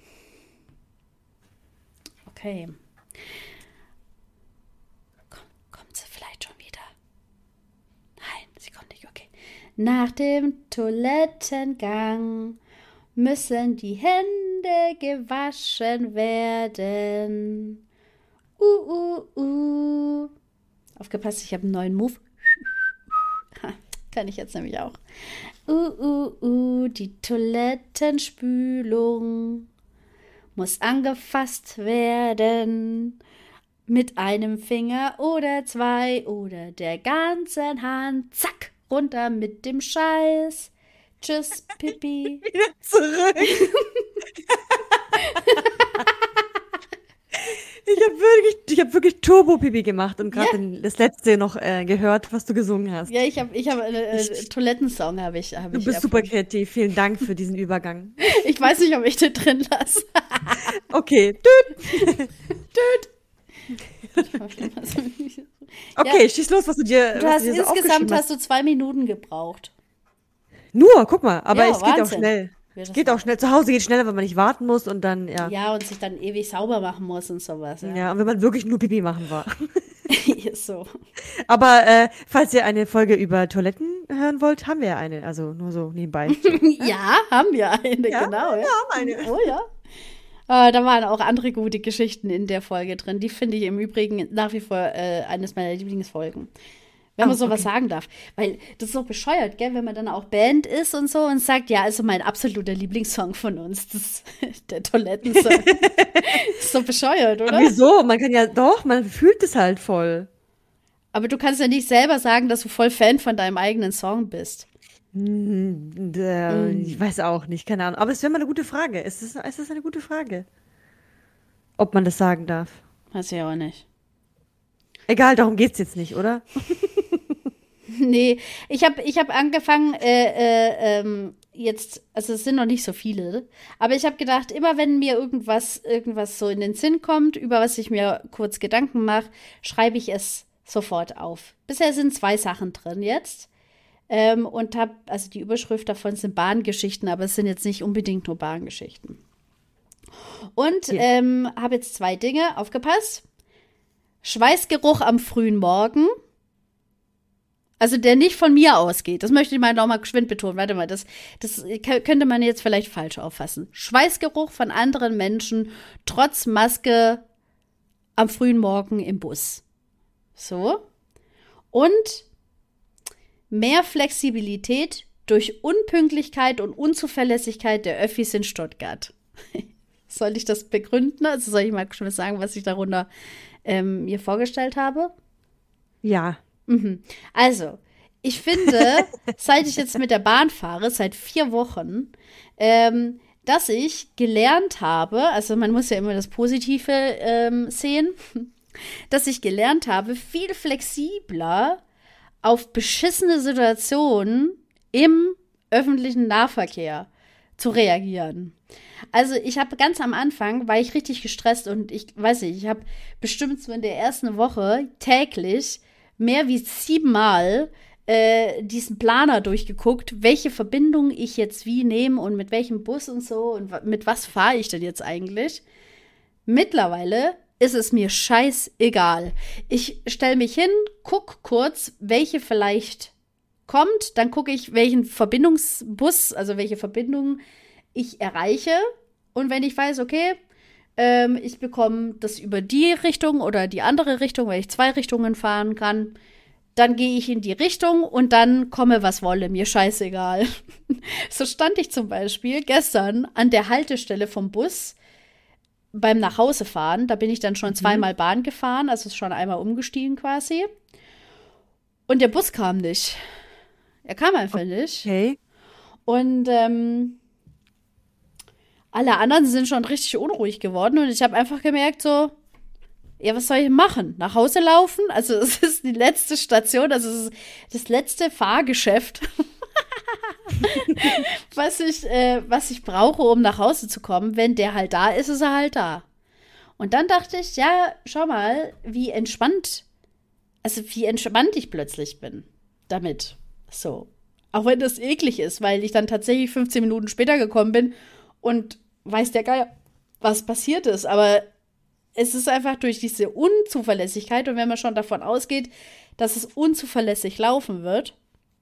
Okay. Komm, kommt sie vielleicht schon wieder? Nein, sie kommt nicht, okay. Nach dem Toilettengang müssen die Hände gewaschen werden. Uh, uh, uh. Aufgepasst, ich habe einen neuen Move. Ha, kann ich jetzt nämlich auch. Uh, uh, uh, die Toilettenspülung muss angefasst werden. Mit einem Finger oder zwei oder der ganzen Hand. Zack, runter mit dem Scheiß. Tschüss, Pipi. Wieder zurück. Ich habe wirklich, ich hab wirklich Turbo-Pipi gemacht und gerade Ja. das letzte noch äh, gehört, was du gesungen hast. Ja, ich habe ich hab, äh, äh, Toilettensong habe ich, hab Du ich bist super erfunden. kreativ. Vielen Dank für diesen Übergang. Ich weiß nicht, ob ich den drin lasse. Okay. Düt. Okay, Ja. schieß los, was du dir, Du was hast du dir so insgesamt aufgeschrieben hast du zwei Minuten gebraucht. Nur, guck mal, aber Ja, es geht auch Wahnsinn. schnell. Ja, Es das geht war- auch schnell. Zu Hause geht schneller, wenn man nicht warten muss und dann, ja. Ja, und sich dann ewig sauber machen muss und sowas. Ja, Ja, und wenn man wirklich nur Pipi machen war. Ist so. Aber äh, falls ihr eine Folge über Toiletten hören wollt, haben wir ja eine. Also nur so nebenbei. Ja, haben wir eine, Ja, genau. Ja, haben eine. Oh ja. Äh, da waren auch andere gute Geschichten in der Folge drin. Die finde ich im Übrigen nach wie vor äh, eines meiner Lieblingsfolgen. Wenn man Oh, sowas okay. sagen darf. Weil das ist so bescheuert, gell? Wenn man dann auch Band ist und so und sagt, ja, also mein absoluter Lieblingssong von uns, das ist der Toilettensong. Ist so bescheuert, Aber oder? wieso? Man kann ja doch, man fühlt es halt voll. Aber du kannst ja nicht selber sagen, dass du voll Fan von deinem eigenen Song bist. Hm, äh, Ich weiß auch nicht, keine Ahnung. Aber es wäre mal eine gute Frage. Es ist, es ist eine gute Frage. Ob man das sagen darf. Weiß ich auch nicht. Egal, darum geht's jetzt nicht, oder? Nee, ich habe ich hab angefangen, äh, äh, ähm, jetzt, also es sind noch nicht so viele, aber ich habe gedacht, immer wenn mir irgendwas, irgendwas so in den Sinn kommt, über was ich mir kurz Gedanken mache, schreibe ich es sofort auf. Bisher sind zwei Sachen drin jetzt. Ähm, und habe, also die Überschrift davon sind Bahngeschichten, aber es sind jetzt nicht unbedingt nur Bahngeschichten. Und Ja. ähm, habe jetzt zwei Dinge, aufgepasst. Schweißgeruch am frühen Morgen. Also der nicht von mir ausgeht. Das möchte ich mal nochmal geschwind betonen. Warte mal, das, das k- könnte man jetzt vielleicht falsch auffassen. Schweißgeruch von anderen Menschen trotz Maske am frühen Morgen im Bus. So. Und mehr Flexibilität durch Unpünktlichkeit und Unzuverlässigkeit der Öffis in Stuttgart. Soll ich das begründen? Also soll ich mal schon sagen, was ich darunter ähm, mir vorgestellt habe? Ja. Mhm. Also, ich finde, seit ich jetzt mit der Bahn fahre, seit vier Wochen, ähm, dass ich gelernt habe, also man muss ja immer das Positive ähm, sehen, dass ich gelernt habe, viel flexibler auf beschissene Situationen im öffentlichen Nahverkehr zu reagieren. Also ich habe ganz am Anfang, war ich richtig gestresst und ich weiß nicht, ich habe bestimmt so in der ersten Woche täglich mehr wie siebenmal äh, diesen Planer durchgeguckt, welche Verbindung ich jetzt wie nehme und mit welchem Bus und so und mit was fahre ich denn jetzt eigentlich. Mittlerweile ist es mir scheißegal. Ich stelle mich hin, guck kurz, welche vielleicht kommt, dann gucke ich, welchen Verbindungsbus, also welche Verbindung ich erreiche. Und wenn ich weiß, okay, ähm, ich bekomme das über die Richtung oder die andere Richtung, weil ich zwei Richtungen fahren kann, dann gehe ich in die Richtung und dann komme, was wolle, mir scheißegal. So stand ich zum Beispiel gestern an der Haltestelle vom Bus beim Nachhausefahren. Da bin ich dann schon mhm. zweimal Bahn gefahren, also schon einmal umgestiegen quasi. Und der Bus kam nicht. Er kam einfach okay. nicht. Und ähm, alle anderen sind schon richtig unruhig geworden. Und ich habe einfach gemerkt, so, ja, was soll ich machen? Nach Hause laufen? Also es ist die letzte Station, also es ist das letzte Fahrgeschäft, was ich, äh, was ich brauche, um nach Hause zu kommen. Wenn der halt da ist, ist er halt da. Und dann dachte ich, ja, schau mal, wie entspannt, also wie entspannt ich plötzlich bin damit. So. Auch wenn das eklig ist, weil ich dann tatsächlich fünfzehn Minuten später gekommen bin und weiß der Geier, was passiert ist. Aber es ist einfach durch diese Unzuverlässigkeit und wenn man schon davon ausgeht, dass es unzuverlässig laufen wird,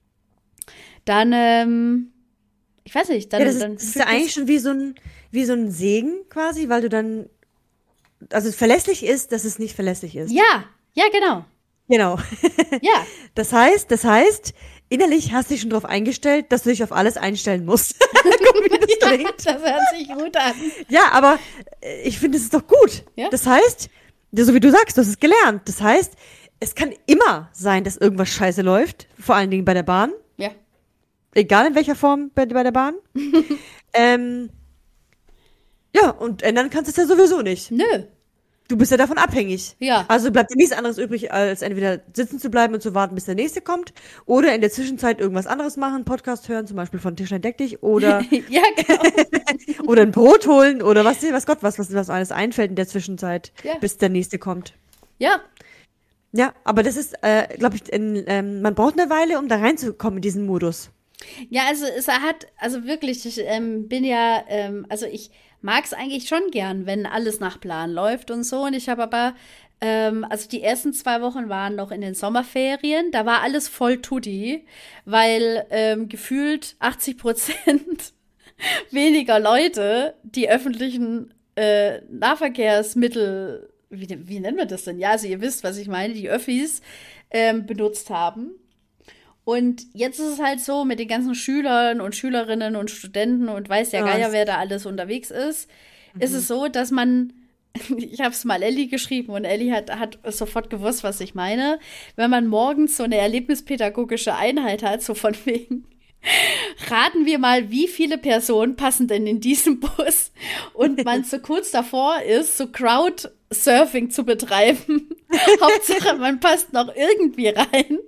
dann, ähm, ich weiß nicht, dann. Ja, das ist, dann das ist ja eigentlich schon wie so ein, wie so ein Segen quasi, weil du dann, also verlässlich ist, dass es nicht verlässlich ist. Ja, ja, genau. Genau. Ja. Das heißt, das heißt, innerlich hast du dich schon darauf eingestellt, dass du dich auf alles einstellen musst. Guck, wie das Ja, klingt. das hört sich gut an. Ja, aber äh, ich finde, es ist doch gut. Ja. Das heißt, so wie du sagst, du hast es gelernt. Das heißt, es kann immer sein, dass irgendwas scheiße läuft. Vor allen Dingen bei der Bahn. Ja. Egal in welcher Form bei, bei der Bahn. ähm, ja, und ändern kannst du es ja sowieso nicht. Nö. Du bist ja davon abhängig. Ja. Also bleibt dir nichts anderes übrig, als entweder sitzen zu bleiben und zu warten, bis der nächste kommt, oder in der Zwischenzeit irgendwas anderes machen, Podcast hören, zum Beispiel von Tischlein deck dich, oder Ja, genau. oder ein Brot holen, oder was, was Gott, was, was, was alles einfällt in der Zwischenzeit, Ja. bis der nächste kommt. Ja. Ja, aber das ist, äh, glaube ich, in, ähm, man braucht eine Weile, um da reinzukommen in diesen Modus. Ja, also es hat, also wirklich, ich ähm, bin ja, ähm, also ich mag es eigentlich schon gern, wenn alles nach Plan läuft und so. Und ich habe aber, ähm, also die ersten zwei Wochen waren noch in den Sommerferien, da war alles voll tutti, weil ähm, gefühlt achtzig Prozent weniger Leute die öffentlichen äh, Nahverkehrsmittel, wie, wie nennen wir das denn? Ja, also ihr wisst, was ich meine, die Öffis ähm, benutzt haben. Und jetzt ist es halt so, mit den ganzen Schülern und Schülerinnen und Studenten und weiß der Ja, Geier, es- wer da alles unterwegs ist, ist es so, dass man, ich habe es mal Elli geschrieben und Elli hat, hat sofort gewusst, was ich meine, wenn man morgens so eine erlebnispädagogische Einheit hat, so von wegen, raten wir mal, wie viele Personen passen denn in diesen Bus und man so kurz davor ist, so Crowdsurfing zu betreiben. Hauptsache, man passt noch irgendwie rein.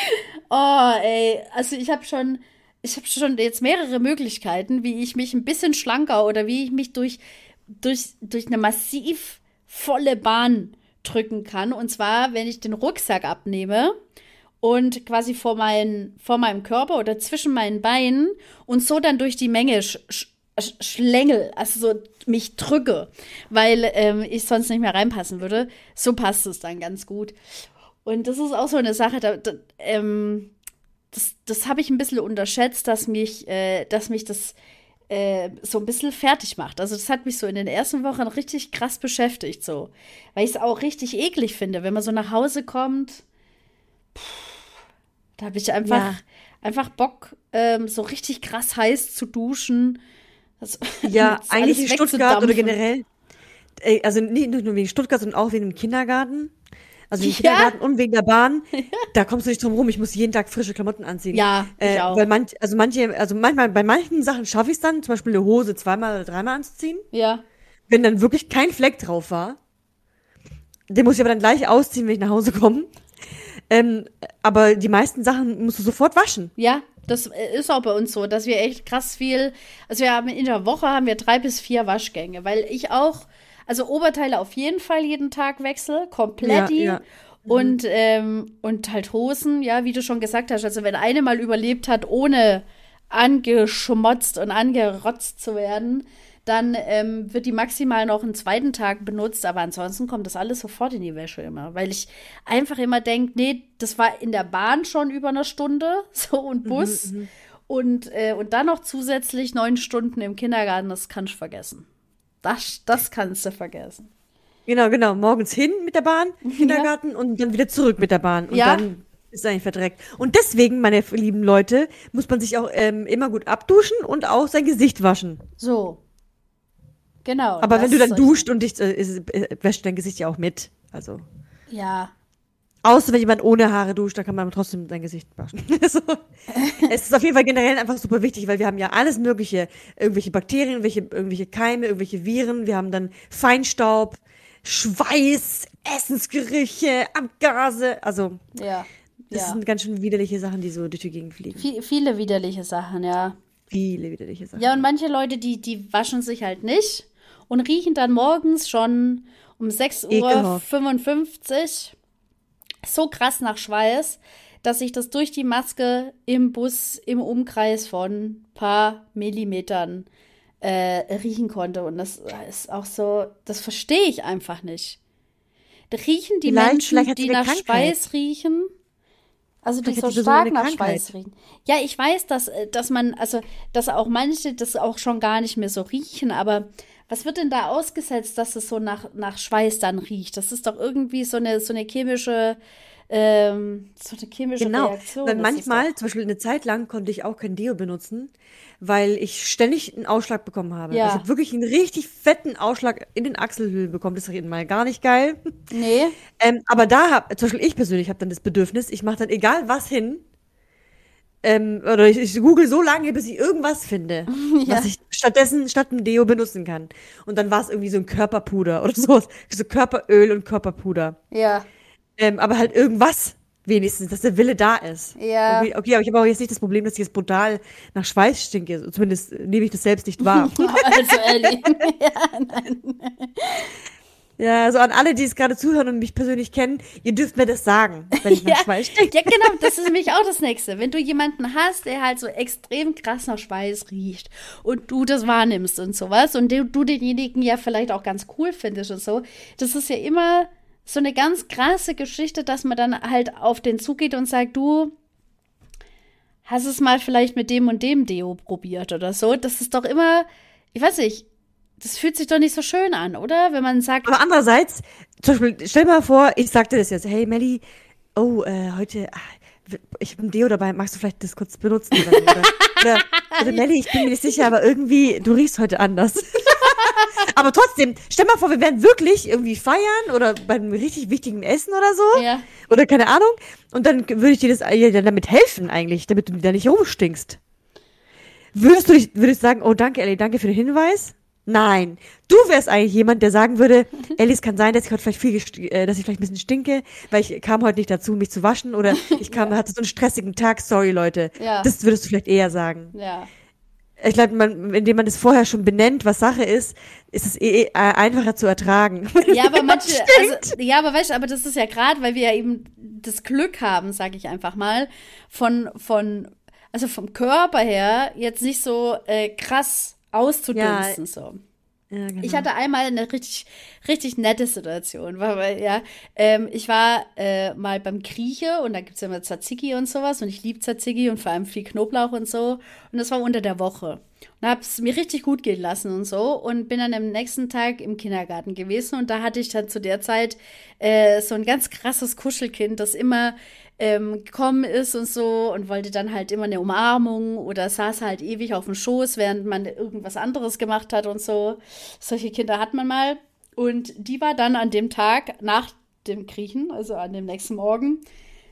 Oh, ey, also ich habe schon, ich habe schon jetzt mehrere Möglichkeiten, wie ich mich ein bisschen schlanker oder wie ich mich durch, durch, durch eine massiv volle Bahn drücken kann. Und zwar, wenn ich den Rucksack abnehme und quasi vor, mein, vor meinem Körper oder zwischen meinen Beinen und so dann durch die Menge sch sch schlängel, also so mich drücke, weil ähm, ich sonst nicht mehr reinpassen würde. So passt es dann ganz gut. Und das ist auch so eine Sache, da, da, ähm, das, das habe ich ein bisschen unterschätzt, dass mich, äh, dass mich das äh, so ein bisschen fertig macht. Also das hat mich so in den ersten Wochen richtig krass beschäftigt, so. Weil ich es auch richtig eklig finde, wenn man so nach Hause kommt. Pff, da habe ich einfach, Ja. einfach Bock, ähm, so richtig krass heiß zu duschen. Also, Ja, das eigentlich alles in Stuttgart oder wegzudampfen. generell, äh, also nicht nur wegen Stuttgart, sondern auch wegen dem Kindergarten. Also wegen Ja. Kindergarten und wegen der Bahn, da kommst du nicht drum rum. Ich muss jeden Tag frische Klamotten anziehen. Ja, ich äh, auch. Weil manch, also manche, also manchmal, bei manchen Sachen schaffe ich es dann, zum Beispiel eine Hose zweimal oder dreimal anzuziehen, Ja, wenn dann wirklich kein Fleck drauf war. Den muss ich aber dann gleich ausziehen, wenn ich nach Hause komme. Ähm, aber die meisten Sachen musst du sofort waschen. Ja, das ist auch bei uns so, dass wir echt krass viel, also wir haben in der Woche haben wir drei bis vier Waschgänge, weil ich auch, also Oberteile auf jeden Fall jeden Tag wechsle, komplett Ja, ja. und, ähm, und halt Hosen, ja, wie du schon gesagt hast, also wenn eine mal überlebt hat, ohne angeschmotzt und angerotzt zu werden, dann ähm, wird die maximal noch einen zweiten Tag benutzt, aber ansonsten kommt das alles sofort in die Wäsche immer, weil ich einfach immer denke, nee, das war in der Bahn schon über eine Stunde, so und Bus Mhm, und, äh, und dann noch zusätzlich neun Stunden im Kindergarten, das kannst du vergessen. Das, das kannst du vergessen. Genau, genau. Morgens hin mit der Bahn, Kindergarten und dann wieder zurück mit der Bahn. Und Ja. dann ist es eigentlich verdreckt. Und deswegen, meine lieben Leute, muss man sich auch ähm, immer gut abduschen und auch sein Gesicht waschen. So. Genau. Aber das wenn du dann soll- duscht und dich, äh, ist- äh, wäscht dein Gesicht ja auch mit. Also. Ja. Außer wenn jemand ohne Haare duscht, dann kann man trotzdem sein Gesicht waschen. Also, es ist auf jeden Fall generell einfach super wichtig, weil wir haben ja alles Mögliche. Irgendwelche Bakterien, irgendwelche, irgendwelche Keime, irgendwelche Viren. Wir haben dann Feinstaub, Schweiß, Essensgerüche, Abgase. Also, Ja. das Ja. sind ganz schön widerliche Sachen, die so durch die Gegend fliegen. Vi- viele widerliche Sachen, ja. Viele widerliche Sachen. Ja, und manche Leute, die, die waschen sich halt nicht und riechen dann morgens schon um sechs Uhr Ekelhaft. fünfundfünfzig so krass nach Schweiß, dass ich das durch die Maske im Bus im Umkreis von paar Millimetern äh, riechen konnte. Und das ist auch so, das verstehe ich einfach nicht. Da riechen die Vielleicht- Menschen, vielleicht hat sie die eine nach Krankheit. Schweiß riechen, also die Vielleicht so hat sie so stark eine nach Krankheit. Schweiß riechen. Ja, ich weiß, dass, äh, dass man, also, dass auch manche das auch schon gar nicht mehr so riechen, aber was wird denn da ausgesetzt, dass es so nach, nach Schweiß dann riecht? Das ist doch irgendwie so eine, so eine chemische, ähm, so eine chemische Genau, Reaktion. weil Das ist manchmal, zum Beispiel eine Zeit lang, konnte ich auch kein Deo benutzen, weil ich ständig einen Ausschlag bekommen habe. Ja. Also ich habe wirklich einen richtig fetten Ausschlag in den Achselhöhlen bekommen. Das ist mal gar nicht geil. doch, nee, Ähm, aber da habe, zum Beispiel ich persönlich habe dann das Bedürfnis, ich mache dann egal was hin, ähm, oder ich, ich google so lange, bis ich irgendwas finde, Ja. was ich stattdessen statt ein Deo benutzen kann. Und dann war es irgendwie so ein Körperpuder oder sowas. So Körperöl und Körperpuder. ja, Ähm, aber halt irgendwas wenigstens, dass der Wille da ist. Ja. Okay, okay, aber ich habe auch jetzt nicht das Problem, dass ich jetzt brutal nach Schweiß stinke. Zumindest nehme ich das selbst nicht wahr. also Ellie. Ja, nein. Ja, also an alle, die es gerade zuhören und mich persönlich kennen, ihr dürft mir das sagen, wenn ich nach Ja, Schweiß stinke. ja, genau, das ist nämlich auch das Nächste. Wenn du jemanden hast, der halt so extrem krass nach Schweiß riecht und du das wahrnimmst und sowas und du, du denjenigen ja vielleicht auch ganz cool findest und so, das ist ja immer so eine ganz krasse Geschichte, dass man dann halt auf den zugeht und sagt, du hast es mal vielleicht mit dem und dem Deo probiert oder so. Das ist doch immer, ich weiß nicht, das fühlt sich doch nicht so schön an, oder? Wenn man sagt, Aber andererseits, zum Beispiel, stell dir mal vor, ich sagte das jetzt, hey Melli, oh, äh, heute, ah, ich habe ein Deo dabei, magst du vielleicht das kurz benutzen? Oder, so, oder, oder, oder Melli, ich bin mir nicht sicher, aber irgendwie, du riechst heute anders. Aber trotzdem, stell mal vor, wir wären wirklich irgendwie feiern oder beim richtig wichtigen Essen oder so. Ja. Oder keine Ahnung. Und dann würde ich dir das ja, dann damit helfen eigentlich, damit du da nicht rumstinkst. Würdest du dich, würdest du sagen, oh danke Ellie, danke für den Hinweis? Nein. Du wärst eigentlich jemand, der sagen würde, Ellie, es kann sein, dass ich heute vielleicht viel, gest- äh, dass ich vielleicht ein bisschen stinke, weil ich kam heute nicht dazu, mich zu waschen oder ich kam, hatte so einen stressigen Tag, sorry Leute. Ja. Das würdest du vielleicht eher sagen. ja. Ich glaube, man, indem man das vorher schon benennt, was Sache ist, ist es eh, eh einfacher zu ertragen. Ja, aber manche, also, ja, aber weißt du, aber das ist ja gerade, weil wir ja eben das Glück haben, sag ich einfach mal, von, von, also vom Körper her jetzt nicht so äh, krass auszudünsten, so. Ja, genau. Ich hatte einmal eine richtig, richtig nette Situation. Weil, weil, ja, ähm, ich war äh, mal beim Grieche und da gibt's ja immer Tzatziki und sowas und ich liebe Tzatziki und vor allem viel Knoblauch und so. Und das war unter der Woche. Und hab's mir richtig gut gehen lassen und so und bin dann am nächsten Tag im Kindergarten gewesen und da hatte ich dann zu der Zeit äh, so ein ganz krasses Kuschelkind, das immer ähm, gekommen ist und so und wollte dann halt immer eine Umarmung oder saß halt ewig auf dem Schoß, während man irgendwas anderes gemacht hat und so. Solche Kinder hat man mal. Und die war dann an dem Tag nach dem Griechen, also an dem nächsten Morgen,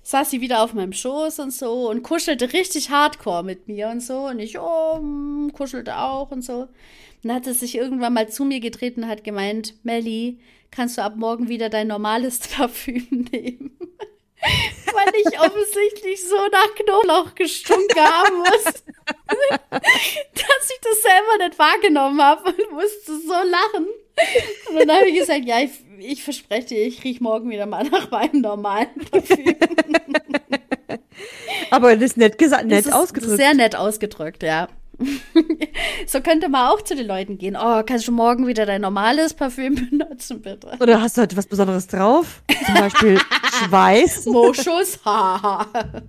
saß sie wieder auf meinem Schoß und so und kuschelte richtig hardcore mit mir und so. Und ich, oh, mm, kuschelte auch und so. Und dann hat sie sich irgendwann mal zu mir gedreht und hat gemeint, Melli, kannst du ab morgen wieder dein normales Parfüm nehmen? Weil ich offensichtlich so nach Knoblauch gestunken haben muss, dass ich das selber nicht wahrgenommen habe und musste so lachen. Und dann habe ich gesagt, ja, ich, ich verspreche dir, ich rieche morgen wieder mal nach meinem normalen Parfüm. Aber das ist nett gesagt, nett das ist ausgedrückt. Sehr nett ausgedrückt, ja. So könnte man auch zu den Leuten gehen. Oh, kannst du morgen wieder dein normales Parfüm benutzen, bitte? Oder hast du heute was Besonderes drauf? Zum Beispiel Schweiß. Moschushaar.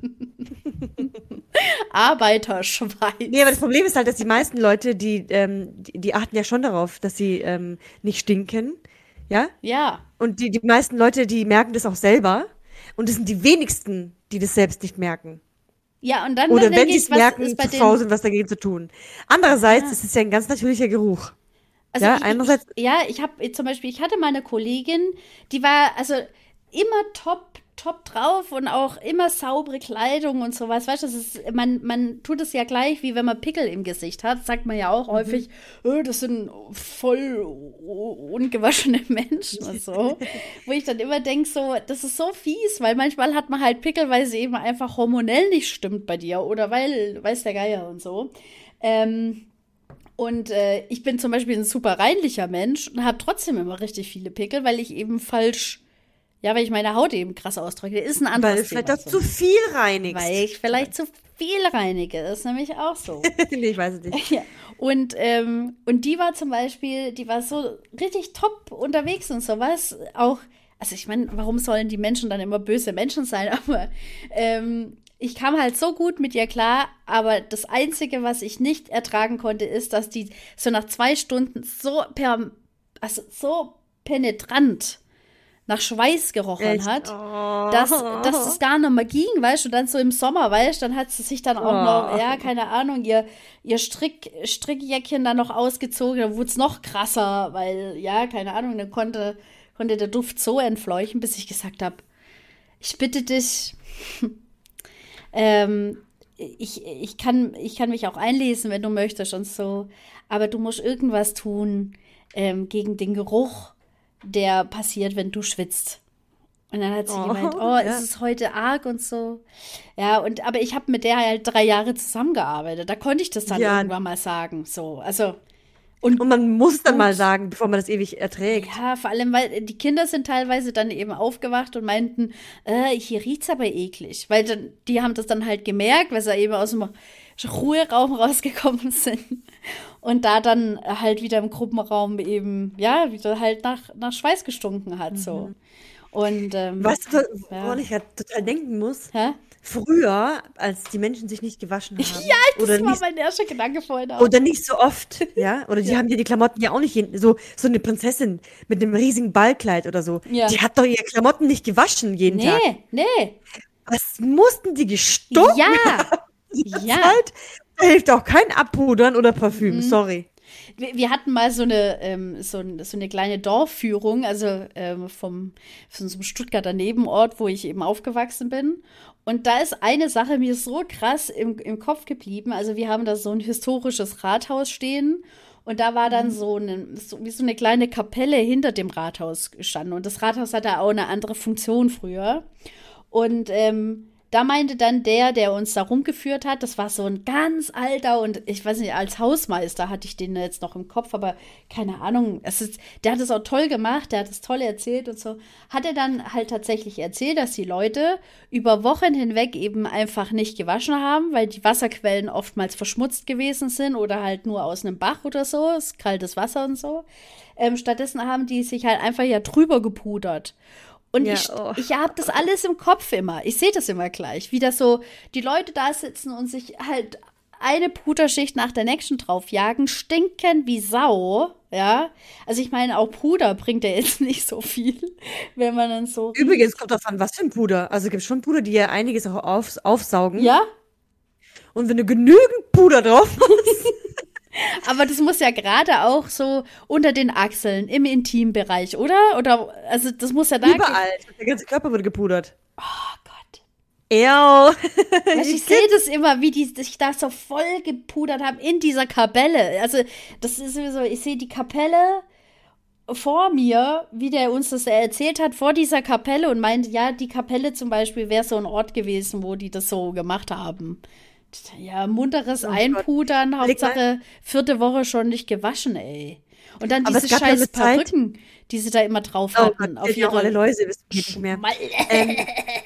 Arbeiterschweiß. Nee, aber das Problem ist halt, dass die meisten Leute, die, ähm, die, die achten ja schon darauf, dass sie ähm, nicht stinken. Ja? Ja. Und die, die meisten Leute, die merken das auch selber. Und es sind die wenigsten, die das selbst nicht merken. Ja, und dann, Oder dann wenn denke sie ich, es was merken, ist bei zu denen- faul sind, was dagegen zu tun. Andererseits Ja. ist es ja ein ganz natürlicher Geruch. Also Ja, ich, einerseits- ich, ja, ich habe zum Beispiel, ich hatte mal eine Kollegin, die war also immer top, top drauf und auch immer saubere Kleidung und sowas. Weißt du, das ist, man, man tut es ja gleich, wie wenn man Pickel im Gesicht hat, sagt man ja auch häufig, äh, das sind voll ungewaschene Menschen und so. Wo ich dann immer denke, so, das ist so fies, weil manchmal hat man halt Pickel, weil sie eben einfach hormonell nicht stimmt bei dir oder weil, weiß der Geier und so. Ähm, Und äh, ich bin zum Beispiel ein super reinlicher Mensch und habe trotzdem immer richtig viele Pickel, weil ich eben falsch, ja, weil ich meine Haut eben krass ausdrücke. Ist ein anderes Weil du vielleicht Thema. auch zu viel reinigst. Weil ich vielleicht zu viel reinige. Das ist nämlich auch so. Nee, ich weiß es nicht. Ja. Und, ähm, und die war zum Beispiel, die war so richtig top unterwegs und sowas. Auch, also ich meine, warum sollen die Menschen dann immer böse Menschen sein? Aber ähm, ich kam halt so gut mit ihr klar, aber das Einzige, was ich nicht ertragen konnte, ist, dass die so nach zwei Stunden so per, also so penetrant nach Schweiß gerochen Echt? hat, Oh. dass, dass es gar nicht mehr ging, weißt du, und dann so im Sommer, weißt du, dann hat sie sich dann auch Oh. noch, ja, keine Ahnung, ihr, ihr Strick, Strickjäckchen dann noch ausgezogen, dann wurde es noch krasser, weil, ja, keine Ahnung, dann konnte, konnte der Duft so entfleuchen, bis ich gesagt habe, ich bitte dich, ähm, ich, ich, kann, ich kann mich auch einlesen, wenn du möchtest und so, aber du musst irgendwas tun ähm, gegen den Geruch, der passiert, wenn du schwitzt. Und dann hat sie Oh, gemeint, oh, ja. ist es heute arg und so. Ja, und aber ich habe mit der halt drei Jahre zusammengearbeitet. Da konnte ich das dann Ja. irgendwann mal sagen. So, also und Und man muss dann Und- mal sagen, bevor man das ewig erträgt. ja, vor allem, weil die Kinder sind teilweise dann eben aufgewacht und meinten, äh, hier riecht's aber eklig. Weil dann, die haben das dann halt gemerkt, weil sie eben aus dem Ruheraum rausgekommen sind. Und da dann halt wieder im Gruppenraum eben, ja, wieder halt nach, nach Schweiß gestunken hat, so. Und, ähm, Weißt du, ja. woran ich gerade total denken muss? Hä? Früher, als die Menschen sich nicht gewaschen haben. Ja, das oder war nicht, mein erster Gedanke vorhin auch. oder nicht so oft, ja? Oder die haben ja die Klamotten ja auch nicht, jeden, so, so eine Prinzessin mit einem riesigen Ballkleid oder so. Ja. Die hat doch ihre Klamotten nicht gewaschen jeden Tag. Nee, nee. Was mussten die gestunken Ja, die ganze ja. Zeit? Da hilft auch kein Abpudern oder Parfüm, Mhm. sorry. Wir, wir hatten mal so eine, ähm, so, ein- so eine kleine Dorfführung, also ähm, vom, von so einem Stuttgarter Nebenort, wo ich eben aufgewachsen bin. Und da ist eine Sache mir so krass im, im Kopf geblieben. Also wir haben da so ein historisches Rathaus stehen. Und da war dann so, eine, so wie so eine kleine Kapelle hinter dem Rathaus gestanden. Und das Rathaus hatte auch eine andere Funktion früher. Und ähm, da meinte dann der, der uns da rumgeführt hat, das war so ein ganz alter und ich weiß nicht, als Hausmeister hatte ich den jetzt noch im Kopf, aber keine Ahnung, es ist, der hat es auch toll gemacht, der hat es toll erzählt und so. Hat er dann halt tatsächlich erzählt, dass die Leute über Wochen hinweg eben einfach nicht gewaschen haben, weil die Wasserquellen oftmals verschmutzt gewesen sind oder halt nur aus einem Bach oder so, ist kaltes Wasser und so. Ähm, stattdessen haben die sich halt einfach ja drüber gepudert. Und Ja, ich, oh. ich habe das alles im Kopf immer. Ich sehe das immer gleich, wie das so die Leute da sitzen und sich halt eine Puderschicht nach der nächsten draufjagen, stinken wie Sau, ja. Also ich meine, auch Puder bringt ja jetzt nicht so viel, wenn man dann so Übrigens kommt drauf an, was für ein Puder. Also es gibt schon Puder, die ja einiges auch auf, aufsaugen. ja, Und wenn du genügend Puder drauf machst, aber das muss ja gerade auch so unter den Achseln im Intimbereich, oder? Oder also das muss ja da überall. Der ganze Körper wird gepudert. Oh Gott. Ew. Weißt, ich sehe das immer, wie die sich da so voll gepudert haben in dieser Kapelle. Also, das ist so, ich sehe die Kapelle vor mir, wie der uns das erzählt hat, vor dieser Kapelle und meint, ja, die Kapelle zum Beispiel wäre so ein Ort gewesen, wo die das so gemacht haben. Ja, munteres Oh Einpudern, Gott. Hauptsache vierte Woche schon nicht gewaschen, ey. Und dann Aber diese es gab ja scheiß eine Zeit- Perücken, die sie da immer drauf Oh hatten. Gott, auf ja, auch alle ihre Läuse wissen wir nicht mehr. Schmal- Ähm,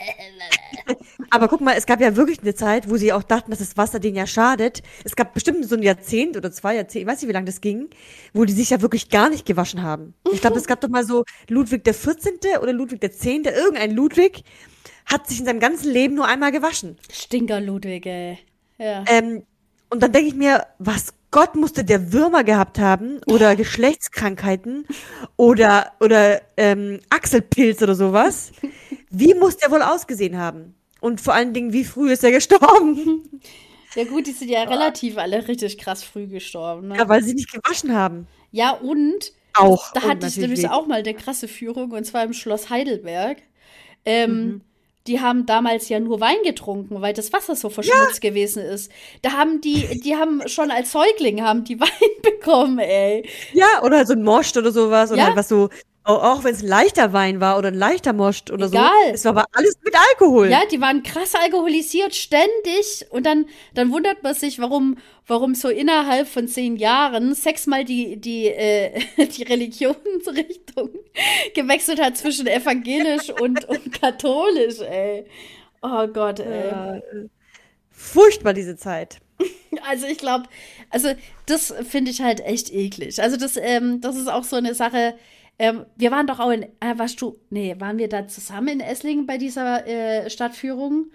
aber guck mal, es gab ja wirklich eine Zeit, wo sie auch dachten, dass das Wasser denen ja schadet. Es gab bestimmt so ein Jahrzehnt oder zwei Jahrzehnte, ich weiß nicht, wie lange das ging, wo die sich ja wirklich gar nicht gewaschen haben. Ich glaube, es gab doch mal so Ludwig der vierzehnte oder Ludwig der zehnte, irgendein Ludwig hat sich in seinem ganzen Leben nur einmal gewaschen. Stinker Ludwig, ey. Ja. Ähm, und dann denke ich mir, was Gott musste der Würmer gehabt haben oder Geschlechtskrankheiten oder, oder ähm, Achselpilz oder sowas. Wie muss der wohl ausgesehen haben? Und vor allen Dingen, wie früh ist er gestorben? Ja gut, die sind ja relativ alle richtig krass früh gestorben. Ne? Ja, weil sie nicht gewaschen haben. Ja, und Auch. da und hatte ich nämlich natürlich auch mal eine krasse Führung, und zwar im Schloss Heidelberg. Ähm, Mhm. Die haben damals ja nur Wein getrunken, weil das Wasser so verschmutzt gewesen ist. Da haben die, die haben schon als Säugling haben die Wein bekommen, ey. Ja, oder so ein Most oder sowas. Oder Ja. halt was so, auch, auch wenn es ein leichter Wein war oder ein leichter Most oder Egal. so. Es war aber alles mit Alkohol. Ja, die waren krass alkoholisiert, ständig. Und dann, dann wundert man sich, warum, warum so innerhalb von zehn Jahren sechsmal die, die, äh, die Religionsrichtung gewechselt hat zwischen evangelisch und, und katholisch, ey. Oh Gott, ey. Ja, furchtbar diese Zeit. Also ich glaube, also das finde ich halt echt eklig. Also das, ähm, das ist auch so eine Sache. Ähm, wir waren doch auch in, äh, warst du, nee, waren wir da zusammen in Esslingen bei dieser äh, Stadtführung?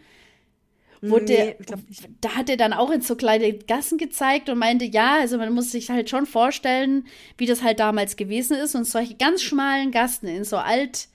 Wo Nee, der, ich glaub nicht. da hat er dann auch in so kleine Gassen gezeigt und meinte, ja, also man muss sich halt schon vorstellen, wie das halt damals gewesen ist. Und solche ganz schmalen Gassen in so alt,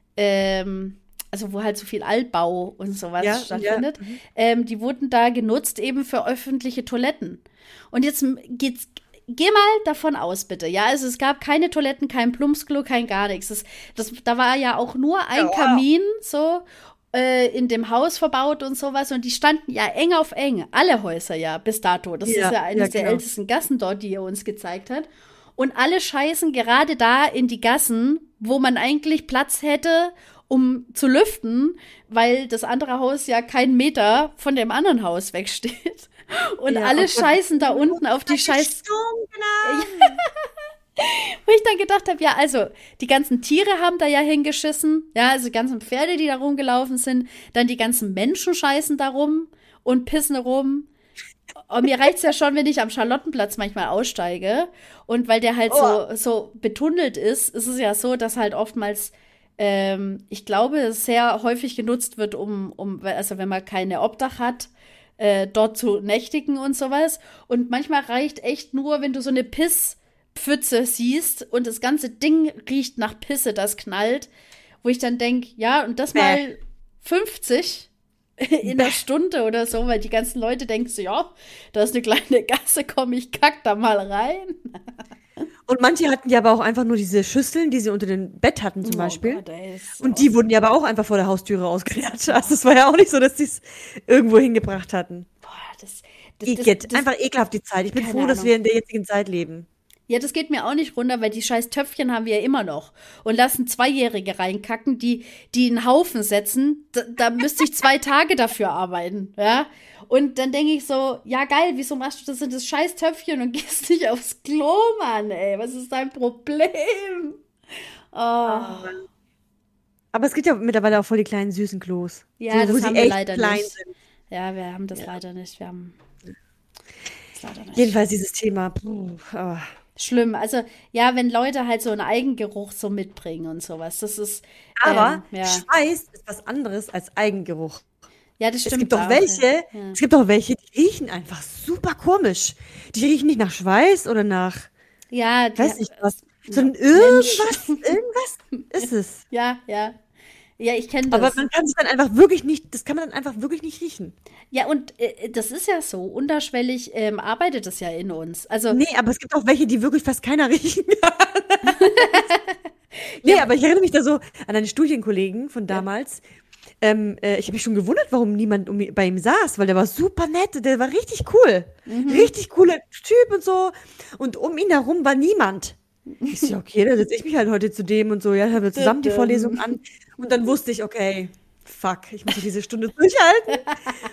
ähm, also wo halt so viel Altbau und sowas Ja, stattfindet, ja, mhm. ähm, die wurden da genutzt eben für öffentliche Toiletten. Und jetzt m- geht's, geh mal davon aus, bitte. Ja, also es gab keine Toiletten, kein Plumpsklo, kein gar nichts. Das, das, da war ja auch nur ein Ja, wow. Kamin so äh, in dem Haus verbaut und sowas. Und die standen ja eng auf eng. Alle Häuser ja bis dato. Das Ja, ist ja eines ja, der genau. ältesten Gassen dort, die er uns gezeigt hat. Und alle scheißen gerade da in die Gassen, wo man eigentlich Platz hätte, um zu lüften, weil das andere Haus ja keinen Meter von dem anderen Haus wegsteht. Und Ja, alle oh Gott. scheißen da unten auf die scheiß. Gestunken. Wo ich dann gedacht habe, ja, also die ganzen Tiere haben da ja hingeschissen. Ja, also die ganzen Pferde, die da rumgelaufen sind. Dann die ganzen Menschen scheißen da rum und pissen rum. Und mir reicht's ja schon, wenn ich am Charlottenplatz manchmal aussteige. Und weil der halt Oh. so, so betunnelt ist, ist es ja so, dass halt oftmals, ähm, ich glaube, es sehr häufig genutzt wird, um, um, also wenn man keine Obdach hat, äh, dort zu nächtigen und sowas. Und manchmal reicht echt nur, wenn du so eine Pisspfütze siehst und das ganze Ding riecht nach Pisse, das knallt, wo ich dann denke, ja, und das Bäh. mal fünfzig in der Stunde oder so, weil die ganzen Leute denken so, ja, da ist eine kleine Gasse, komm, ich kack da mal rein. Und manche hatten ja aber auch einfach nur diese Schüsseln, die sie unter dem Bett hatten zum Beispiel. Oh Gott, ey, ist Und die wurden ja aber auch einfach vor der Haustüre ausgeleert. Also es war ja auch nicht so, dass sie es irgendwo hingebracht hatten. boah, das, das, das, Igitt. das, Einfach ekelhaft die Zeit. Ich bin keine froh, dass Ahnung. wir in der jetzigen Zeit leben. Ja, das geht mir auch nicht runter, weil die scheiß Töpfchen haben wir ja immer noch. Und lassen Zweijährige reinkacken, die, die einen Haufen setzen. Da, da müsste ich zwei Tage dafür arbeiten, ja. Und dann denke ich so, ja geil, wieso machst du das in das scheiß Töpfchen und gehst nicht aufs Klo, Mann, ey? Was ist dein Problem? Oh. Aber es gibt ja mittlerweile auch voll die kleinen süßen Klos. Ja, so, das wo sie haben wir echt leider klein nicht. sind. Ja, wir haben das leider nicht. Wir haben das leider nicht. Jedenfalls dieses Thema. Puh, ah. Schlimm. Also, ja, wenn Leute halt so einen Eigengeruch so mitbringen und sowas. Das ist, Aber ähm, ja. Schweiß ist was anderes als Eigengeruch. Ja, das Es stimmt gibt doch auch, welche, ja. es gibt doch welche, die riechen einfach super komisch. Die riechen nicht nach Schweiß oder nach, Ja, ich weiß die- nicht was, sondern irgendwas, irgendwas ist es. ja, ja. Ja, ich kenne das. Aber man kann sich dann einfach wirklich nicht, das kann man dann einfach wirklich nicht riechen. Ja, und äh, das ist ja so. Unterschwellig ähm, arbeitet es ja in uns. Also, Nee, aber es gibt auch welche, die wirklich fast keiner riechen kann. Nee, aber ich erinnere mich da so an einen Studienkollegen von damals, ähm, äh, ich habe mich schon gewundert, warum niemand um, ihn- bei ihm saß, weil der war super nett, der war richtig cool. Richtig cooler Typ und so. Und um ihn herum war niemand. Ich so, ja, okay, dann setze ich mich halt heute zu dem und so, ja, hören wir zusammen die Vorlesung an. Und dann wusste ich, okay, fuck, ich muss ja diese Stunde durchhalten.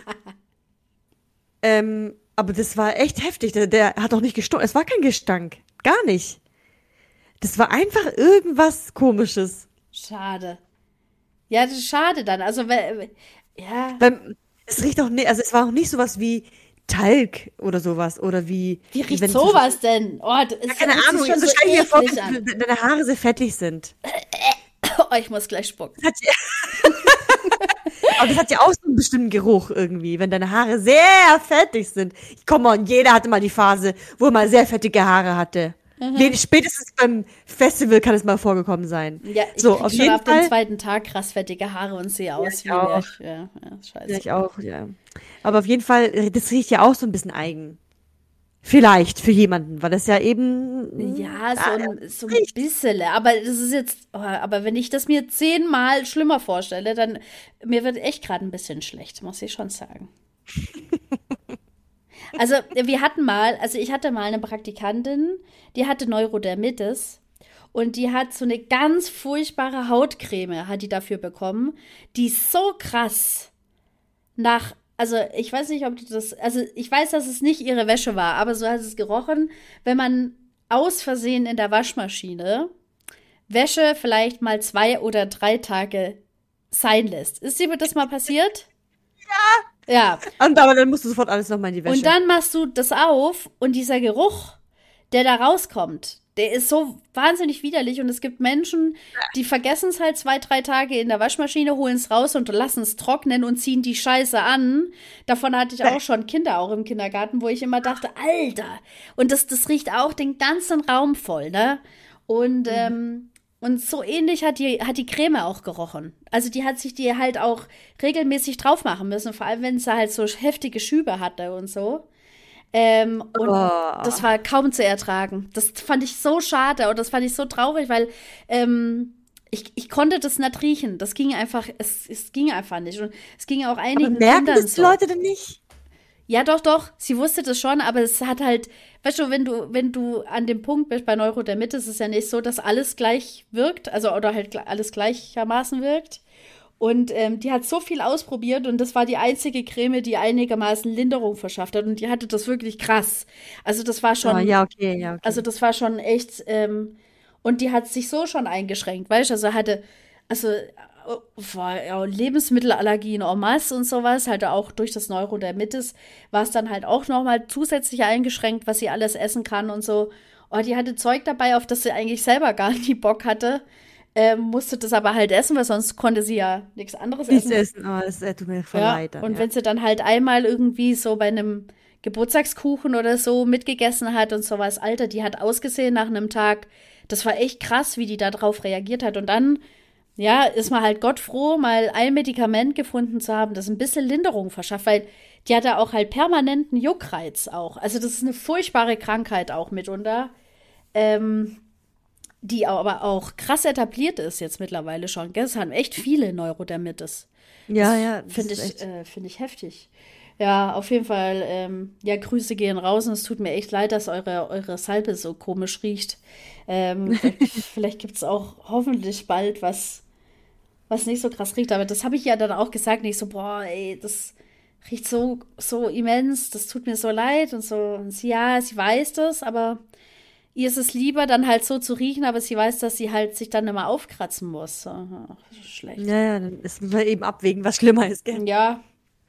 Ähm, aber das war echt heftig. Der, der hat auch nicht gestunken. Es war kein Gestank. Gar nicht. Das war einfach irgendwas Komisches. Schade. Ja, das ist schade dann. Also, we- ja. Weil es riecht auch nicht, also es war auch nicht sowas wie Talg oder sowas. Oder wie. Wie riecht wenn sowas denn? Oh, das Ja, ist, keine hört sich Ahnung, schon also so stell dir vor, eklig an. dass deine Haare sehr fettig sind. Oh, ich muss gleich spucken. Hat ja, aber das hat ja auch so einen bestimmten Geruch irgendwie, wenn deine Haare sehr fettig sind. Komm on, jeder hatte mal die Phase, wo er mal sehr fettige Haare hatte. Mhm. Spätestens beim Festival kann es mal vorgekommen sein. Ja, ich so, krieg auf schon jeden ab dem Fall. zweiten Tag krass fettige Haare und sehe aus ich wie auch. wer. Ja, ja, scheiße. Ja, ich auch, ja. Aber auf jeden Fall, das riecht ja auch so ein bisschen eigen. Vielleicht für jemanden, weil das ja eben. Ja, so ah, ein, so ein bisschen. Aber das ist jetzt, oh, aber wenn ich das mir zehnmal schlimmer vorstelle, dann mir wird echt gerade ein bisschen schlecht, muss ich schon sagen. Also wir hatten mal, also ich hatte mal eine Praktikantin, die hatte Neurodermitis und die hat so eine ganz furchtbare Hautcreme, hat die dafür bekommen, die so krass nach, also ich weiß nicht, ob du das, also ich weiß, dass es nicht ihre Wäsche war, aber so hat es gerochen, wenn man aus Versehen in der Waschmaschine Wäsche vielleicht mal zwei oder drei Tage sein lässt. Ist dir das mal passiert? Ja. Ja. Und aber dann musst du sofort alles nochmal in die Wäsche. Und dann machst du das auf und dieser Geruch, der da rauskommt, der ist so wahnsinnig widerlich. Und es gibt Menschen, die vergessen es halt zwei, drei Tage in der Waschmaschine, holen es raus und lassen es trocknen und ziehen die Scheiße an. Davon hatte ich auch schon Kinder, auch im Kindergarten, wo ich immer dachte, Alter. Und das, das riecht auch den ganzen Raum voll, ne? Und, mhm. ähm, und so ähnlich hat die, hat die Creme auch gerochen. Also die hat sich die halt auch regelmäßig drauf machen müssen, vor allem wenn sie halt so heftige Schübe hatte und so. Ähm, und Oh. das war kaum zu ertragen. Das fand ich so schade und das fand ich so traurig, weil ähm, ich, ich konnte das nicht riechen. Das ging einfach, es, es ging einfach nicht. Und es ging auch Aber einigen merken Kindern das die so. Leute denn nicht? Ja, doch, doch. Sie wusste das schon, aber es hat halt, weißt du, wenn du, wenn du an dem Punkt bist bei Neurodermitis, ist es ja nicht so, dass alles gleich wirkt, also oder halt gl- alles gleichermaßen wirkt. Und ähm, die hat so viel ausprobiert und das war die einzige Creme, die einigermaßen Linderung verschafft hat. Und die hatte das wirklich krass. Also das war schon, Oh, ja, okay, ja, okay. also das war schon echt, ähm, und die hat sich so schon eingeschränkt, weißt du, also hatte, also äh, war, ja, Lebensmittelallergien en masse und sowas, halt auch durch das Neurodermitis war es dann halt auch nochmal zusätzlich eingeschränkt, was sie alles essen kann und so. Oh, die hatte Zeug dabei, auf das sie eigentlich selber gar nie Bock hatte, ähm, musste das aber halt essen, weil sonst konnte sie ja nichts anderes Nichts essen. essen, aber es äh, tut mir voll Ja, leid. Dann, und ja. wenn sie dann halt einmal irgendwie so bei einem Geburtstagskuchen oder so mitgegessen hat und sowas, Alter, die hat ausgesehen nach einem Tag. Das war echt krass, wie die da drauf reagiert hat. Und dann, ja, ist man halt Gott froh, mal ein Medikament gefunden zu haben, das ein bisschen Linderung verschafft, weil die hatte auch halt permanenten Juckreiz auch. Also das ist eine furchtbare Krankheit auch mitunter, ähm, die aber auch krass etabliert ist jetzt mittlerweile schon. Gell? Es haben echt viele Neurodermitis. Ja, ja, das Finde ist ich, echt. äh, find ich heftig. Ja, auf jeden Fall, ähm, ja, Grüße gehen raus und es tut mir echt leid, dass eure, eure Salbe so komisch riecht. Ähm, vielleicht vielleicht gibt es auch hoffentlich bald was, was nicht so krass riecht, aber das habe ich ja dann auch gesagt, nicht so, boah, ey, das riecht so, so immens, das tut mir so leid und so. Und sie, ja, sie weiß das, aber ihr ist es lieber, dann halt so zu riechen, aber sie weiß, dass sie halt sich dann immer aufkratzen muss. So, ach, das ist schlecht. Ja, ja, dann ist man eben abwägen, was schlimmer ist, gell? Ja,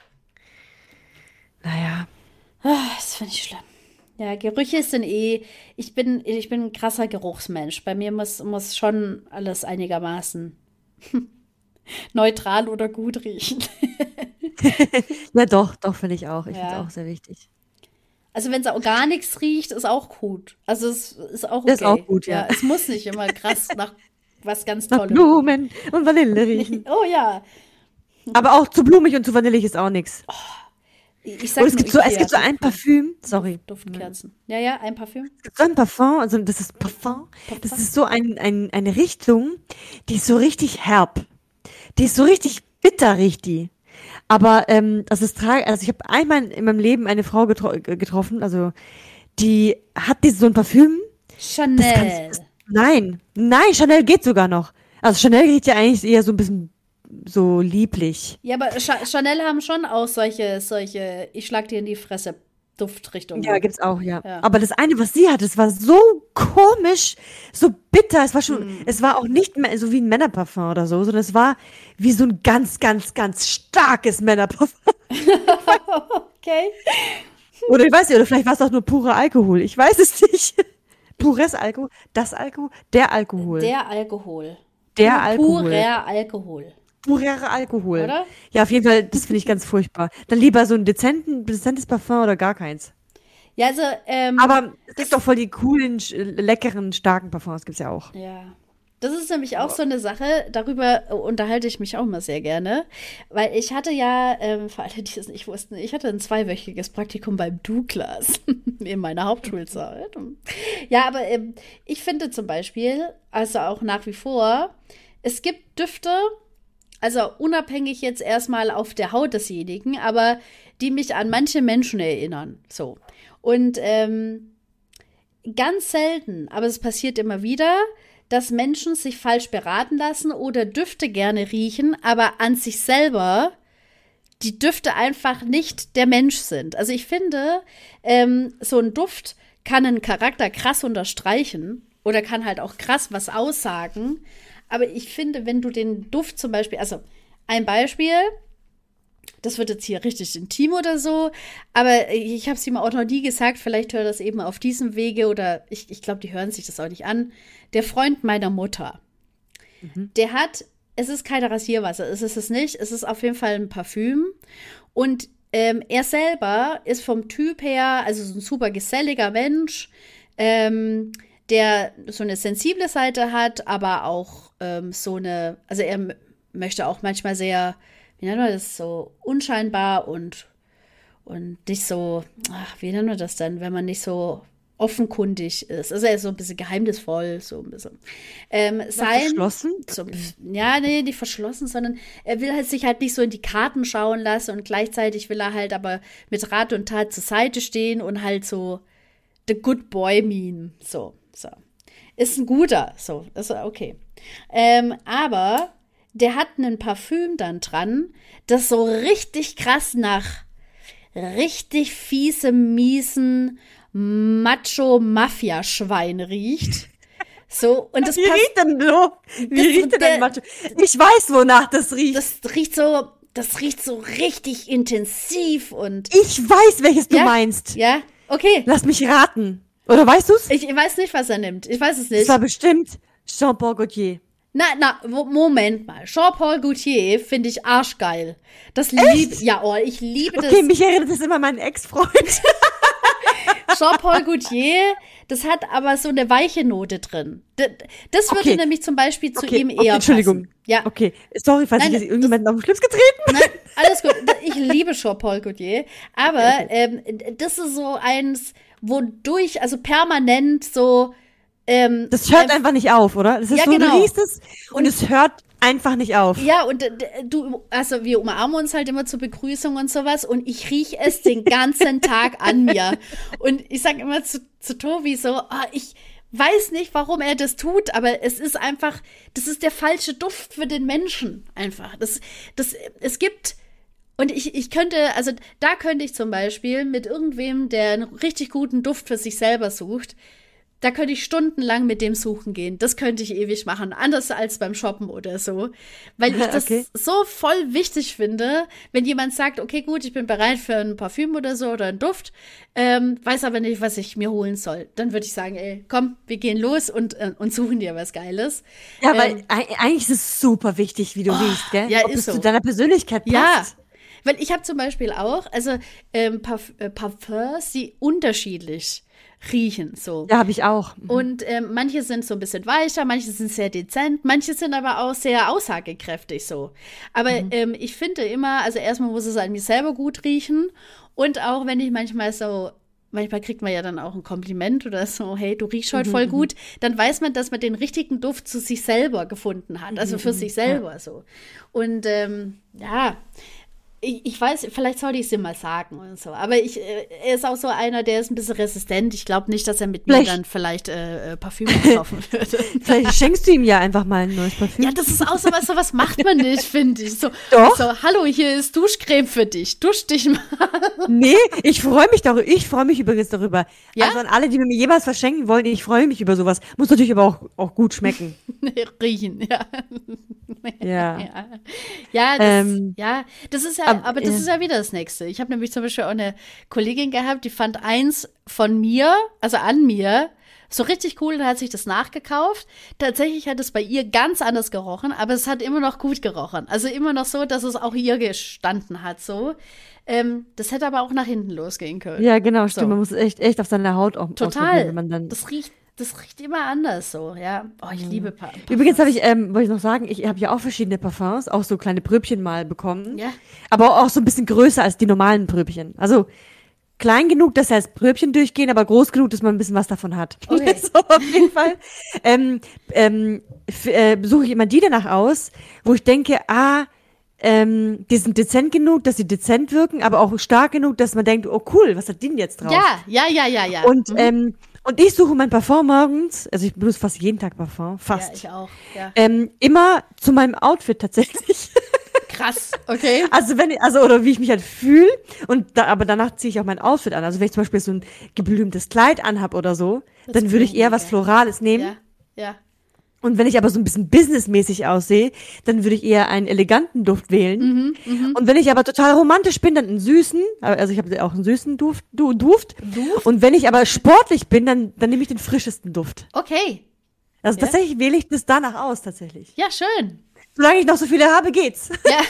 Naja. ah, das finde ich schlimm. Ja, Gerüche sind eh, ich bin, ich bin ein krasser Geruchsmensch. Bei mir muss, muss schon alles einigermaßen neutral oder gut riechen. Ja, doch, doch, finde ich auch. Ich finde es Ja. auch sehr wichtig. Also wenn es auch gar nichts riecht, ist auch gut. Also es ist auch okay. Das ist auch gut, ja. Es muss nicht immer krass nach was ganz Nach Tollem. Blumen und Vanille riechen. Oh ja. Aber auch zu blumig und zu vanillig ist auch nichts. Ich sag Und es nur gibt, so, es Ikea, gibt so ein Parfüm, sorry. Duftkerzen. Ja, ja, ein Parfüm. Es gibt so ein Parfum, also das ist Parfum, das ist so ein, ein, eine Richtung, die ist so richtig herb. Die ist so richtig bitter riecht die. Aber ähm, das ist tragisch. Also ich habe einmal in meinem Leben eine Frau getro getroffen, also die hat dieses so ein Parfüm. Chanel. Das kann, das, nein, nein, Chanel geht sogar noch. Also Chanel riecht ja eigentlich eher so ein bisschen so lieblich. Ja, aber Cha Chanel haben schon auch solche, solche, ich schlag dir in die Fresse Duftrichtungen. Ja, gibt's auch, ja. Ja. Aber das eine, was sie hatte, das war so komisch, so bitter. Es war schon, Mm. es war auch nicht mehr so wie ein Männerparfum oder so, sondern es war wie so ein ganz, ganz, ganz starkes Männerparfum. Okay. Oder ich weiß nicht, oder vielleicht war es auch nur purer Alkohol. Ich weiß es nicht. Pures Alkohol, das Alkohol, der Alkohol. Der Alkohol. Der Pu- Alkohol. Purer Alkohol. Purer Alkohol. Oder? Ja, auf jeden Fall, das finde ich ganz furchtbar. Dann lieber so ein dezenten, dezentes Parfum oder gar keins. Ja, also, ähm, Aber es gibt doch voll die coolen, sch- leckeren, starken Parfums, gibt's ja auch. ja. Das ist nämlich auch so eine Sache, darüber unterhalte ich mich auch mal sehr gerne, weil ich hatte ja, ähm, für alle, die es nicht wussten, ich hatte ein zweiwöchiges Praktikum beim Douglas in meiner Hauptschulzeit. Ja, aber ähm, ich finde zum Beispiel, also auch nach wie vor, es gibt Düfte, also unabhängig jetzt erstmal auf der Haut desjenigen, aber die mich an manche Menschen erinnern, so. Und ähm, ganz selten, aber es passiert immer wieder, dass Menschen sich falsch beraten lassen oder Düfte gerne riechen, aber an sich selber die Düfte einfach nicht der Mensch sind. Also ich finde, ähm, so ein Duft kann einen Charakter krass unterstreichen oder kann halt auch krass was aussagen. Aber ich finde, wenn du den Duft zum Beispiel, also ein Beispiel, das wird jetzt hier richtig intim oder so, aber ich habe es ihm auch noch nie gesagt, vielleicht hört das eben auf diesem Wege oder ich, ich glaube, die hören sich das auch nicht an. Der Freund meiner Mutter, mhm. der hat, es ist keine Rasierwasser, es ist es nicht, es ist auf jeden Fall ein Parfüm und ähm, er selber ist vom Typ her, also so ein super geselliger Mensch, ähm, der so eine sensible Seite hat, aber auch ähm, so eine, also er m- möchte auch manchmal sehr, wie nennt man das, so unscheinbar und, und nicht so, ach, wie nennt man das denn, wenn man nicht so offenkundig ist. Also er ist so ein bisschen geheimnisvoll, so ein bisschen. Ähm, sein, Verschlossen? so, ja, nee, nicht verschlossen, sondern er will halt sich halt nicht so in die Karten schauen lassen und gleichzeitig will er halt aber mit Rat und Tat zur Seite stehen und halt so the good boy meme, so, so. Ist ein guter, so, ist okay. Ähm, aber der hat ein Parfüm dann dran, das so richtig krass nach richtig fiese, miesen Macho-Mafia-Schwein riecht. So, und das Wie passt. riecht denn so? Wie das- riecht denn der- ein Macho? Ich weiß, wonach das riecht. Das riecht so, das riecht so richtig intensiv und. ich weiß, welches du Ja? meinst. Ja, okay. Lass mich raten. Oder weißt du's? Ich weiß nicht, was er nimmt. Ich weiß es Das nicht. war bestimmt Jean-Paul Gaultier. Na, na, wo- Moment mal. Jean-Paul Gaultier finde ich arschgeil. Das liebe, ja, oh, ich liebe das. Okay, mich erinnert das immer an meinen Ex-Freund. Jean-Paul Gaultier, das hat aber so eine weiche Note drin. D- Das würde Okay. nämlich zum Beispiel zu Okay, ihm okay, eher Entschuldigung. passen. Ja, Okay, sorry, falls Nein, ich jetzt irgendjemanden auf den Schlips getreten nein, alles gut. Ich liebe Jean-Paul Gaultier, aber ähm, das ist so eins, wodurch, also permanent so ähm, Das hört ähm, einfach nicht auf, oder? Das ist Ja, so, genau. du riechst es und, es hört einfach nicht auf. Ja, und äh, du, also wir umarmen uns halt immer zur Begrüßung und sowas und ich rieche es den ganzen Tag an mir. Und ich sage immer zu, zu Tobi so, ah, ich weiß nicht, warum er das tut, aber es ist einfach, das ist der falsche Duft für den Menschen einfach. Das, das, es gibt, und ich, ich könnte, also da könnte ich zum Beispiel mit irgendwem, der einen richtig guten Duft für sich selber sucht, da könnte ich stundenlang mit dem suchen gehen. Das könnte ich ewig machen. Anders als beim Shoppen oder so. Weil ich das Okay. so voll wichtig finde, wenn jemand sagt, okay, gut, ich bin bereit für ein Parfüm oder so oder einen Duft, ähm, weiß aber nicht, was ich mir holen soll. Dann würde ich sagen, ey, komm, wir gehen los und, äh, und suchen dir was Geiles. Ja, weil Ähm, ei- eigentlich ist es super wichtig, wie du riechst, gell? ja, Ob ist es so. zu deiner Persönlichkeit passt. Ja, weil ich habe zum Beispiel auch, also ähm, Parf äh, Parfums, die unterschiedlich riechen, so. Ja, habe ich auch. Und ähm, manche sind so ein bisschen weicher, manche sind sehr dezent, manche sind aber auch sehr aussagekräftig so. Aber ähm, ich finde immer, also erstmal muss es an mir selber gut riechen und auch wenn ich manchmal so manchmal kriegt man ja dann auch ein Kompliment oder so, hey, du riechst heute voll gut. Dann weiß man, dass man den richtigen Duft zu sich selber gefunden hat, also für sich selber so. Und ähm, ja, ich, ich weiß, vielleicht sollte ich es ihm mal sagen oder so. Aber ich, äh, er ist auch so einer, der ist ein bisschen resistent. Ich glaube nicht, dass er mit Vielleicht- mir dann vielleicht äh, äh, Parfüm kaufen würde. Vielleicht schenkst du ihm ja einfach mal ein neues Parfüm. Ja, das ist auch so was, so was macht man nicht, finde ich. So, Doch. so, hallo, hier ist Duschcreme für dich. Dusch dich mal. Nee, ich freue mich darüber. Ich freue mich übrigens darüber. Ja? Also an alle, die mir jemals verschenken wollen, ich freue mich über sowas. Muss natürlich aber auch, auch gut schmecken. Riechen, ja. Ja. Ja, ja, das, Ähm, ja, das ist ja, ab- aber das ja. ist ja wieder das Nächste. Ich habe nämlich zum Beispiel auch eine Kollegin gehabt, die fand eins von mir, also an mir, so richtig cool und hat sich das nachgekauft. Tatsächlich hat es bei ihr ganz anders gerochen, aber es hat immer noch gut gerochen. Also immer noch so, dass es auch ihr gestanden hat, so. Ähm, das hätte aber auch nach hinten losgehen können. Ja, genau, stimmt. So. Man muss echt, echt auf seine Haut auch ausprobieren, Total. wenn man dann. Das riecht, das riecht immer anders so, ja. Oh, ich liebe pa Parfums. Übrigens habe ich, ähm, wollte ich noch sagen, ich habe ja auch verschiedene Parfums, auch so kleine Pröbchen mal bekommen. Ja. Aber auch so ein bisschen größer als die normalen Pröbchen. Also klein genug, dass sie als Pröbchen durchgehen, aber groß genug, dass man ein bisschen was davon hat. Okay. So, auf jeden Fall. ähm, ähm, f- äh, suche ich immer die danach aus, wo ich denke, ah, ähm, die sind dezent genug, dass sie dezent wirken, aber auch stark genug, dass man denkt, oh cool, was hat die denn jetzt drauf? Ja, ja, ja, ja, ja. Und, Mhm. ähm, und ich suche mein Parfum morgens, also ich benutze fast jeden Tag Parfum, Ja, fast. ich auch, ja. ähm, immer zu meinem Outfit tatsächlich. Krass, okay. Also wenn ich, also oder wie ich mich halt fühle und da, aber danach ziehe ich auch mein Outfit an. Also wenn ich zum Beispiel so ein geblümtes Kleid anhab oder so, Das dann würde ich eher was Blumige. Florales nehmen. Ja, ja. Und wenn ich aber so ein bisschen businessmäßig aussehe, dann würde ich eher einen eleganten Duft wählen. Mhm, Und wenn ich aber total romantisch bin, dann einen süßen. Also ich habe auch einen süßen Duft, du, Duft. Duft? Und wenn ich aber sportlich bin, dann, dann nehme ich den frischesten Duft. Okay. Also Ja. tatsächlich wähle ich das danach aus, tatsächlich. Ja, schön. Solange ich noch so viele habe, geht's. Ja.